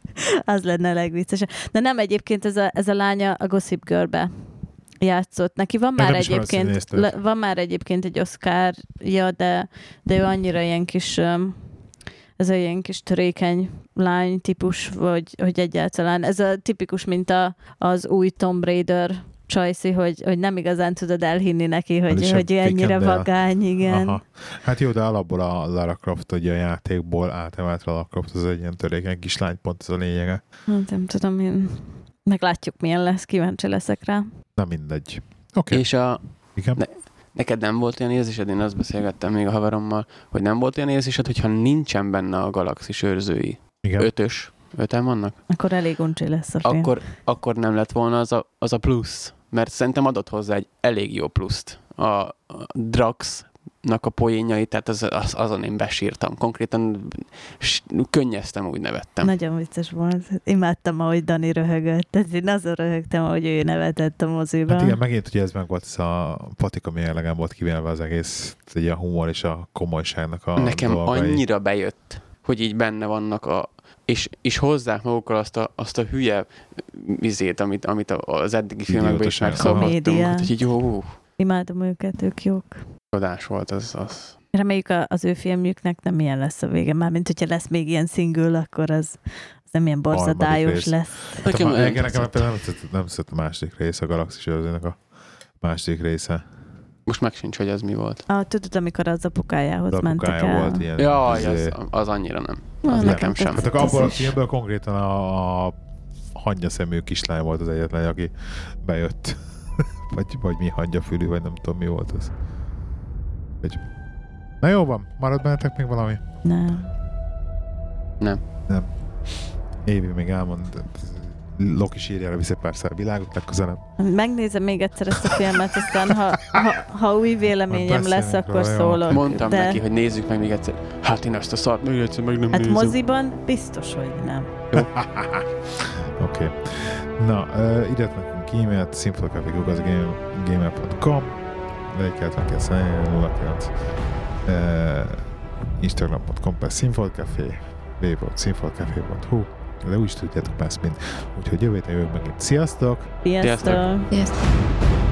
Az lenne a legviccesebb. De nem, egyébként ez a, ez a lánya a Gossip Girl-be játszott. Neki van Meg már nem ismerem a egyébként, színésznőt. le, van már egyébként egy Oscarja, de, de ő annyira ilyen kis, öm, ez a ilyen kis törékeny lány típus, vagy, hogy egyáltalán. Ez a tipikus, mint a, az új Tomb Raider Csajci, hogy, hogy nem igazán tudod elhinni neki, hogy, Alicia hogy ő ennyire Vikander. vagány, igen. Aha. Hát jó, de alapból a Lara Croft, ugye a játékból átemelt Lara Croft, az egy ilyen törékeny kislány, pont ez a lényege. Hát nem tudom, én meglátjuk, milyen lesz, kíváncsi leszek rá. Na mindegy. Oké, okay. És a, igen. ne- neked nem volt olyan érzésed, én azt beszélgettem még a haverommal, hogy nem volt olyan érzésed, hogyha nincsen benne a galaxis őrzői. igen. Ötös, öten vannak? Akkor elég uncsi lesz a film. Akkor, akkor nem lett volna az a, az a plusz. Mert szerintem adott hozzá egy elég jó pluszt a, a Drax-nak a poénjai, tehát az, az, azon én besírtam. Konkrétan s, könnyeztem, úgy nevettem. Nagyon vicces volt. Imádtam, ahogy Dani röhögött. Tehát én azon röhögtem, ahogy ő nevetett a moziban. Hát igen, megint ugye ez meg volt, ez a patika mérlegen volt kivélve az egész, ugye a humor és a komolyságnak a Nekem dolgai. annyira bejött, hogy így benne vannak a és, és hozzák magukkal azt a, azt a hülye vizét, amit, amit az eddigi filmekben is megszólhattunk. Komédia. Hogy így jó, Imádom őket, ők jók. csodás volt az. az. Reméljük a- az ő filmjüknek nem ilyen lesz a vége. Mármint, hogyha lesz még ilyen single, akkor az, az nem ilyen borzadályos rész. lesz. Hát Nekem a, nagyon nekem, nekem tetszett. például nem tetszett, nem tetszett a második rész, a Galaxis őrzőnek a második része. Most meg sincs, hogy ez mi volt. Ah, tudod, amikor az apukájához De mentek apukája el. volt ilyen. Jaj, izé- az, az annyira nem. Na, Az nekem nekem sem. tetszett. Hát akkor abból a Az is. filmből konkrétan a, a hangya szemű kislány volt az egyetlen, aki bejött. vagy, vagy mi hangyafülű, vagy nem tudom mi volt az. Egy... Na jó van, marad bennetek még valami? Nem. Nem. Nem. Évi még elmond, Loki sírjára visz egy pár világot legközelebb. Megnézem még egyszer ezt a filmet, aztán ha, ha, ha új véleményem Majd lesz, beszélünk akkor róla, jó? szólok. Mondtam de neki, hogy nézzük meg még egyszer. Hát én ezt a szart még egyszer meg nem hát nézem. moziban biztos, hogy nem. Oké. Okay. Na, uh, írjátok nekünk e-mailt, színfotkafék game, gamer pont com, leikkeltvenkilenc nulla kilenc, uh, instagram pont com per színfotkafé, www pont színfotkafé pont hu, de úgy is tudjátok már ezt mind. Úgyhogy jövő héten jövök megint. Sziasztok! Sziasztok! Sziasztok. Sziasztok.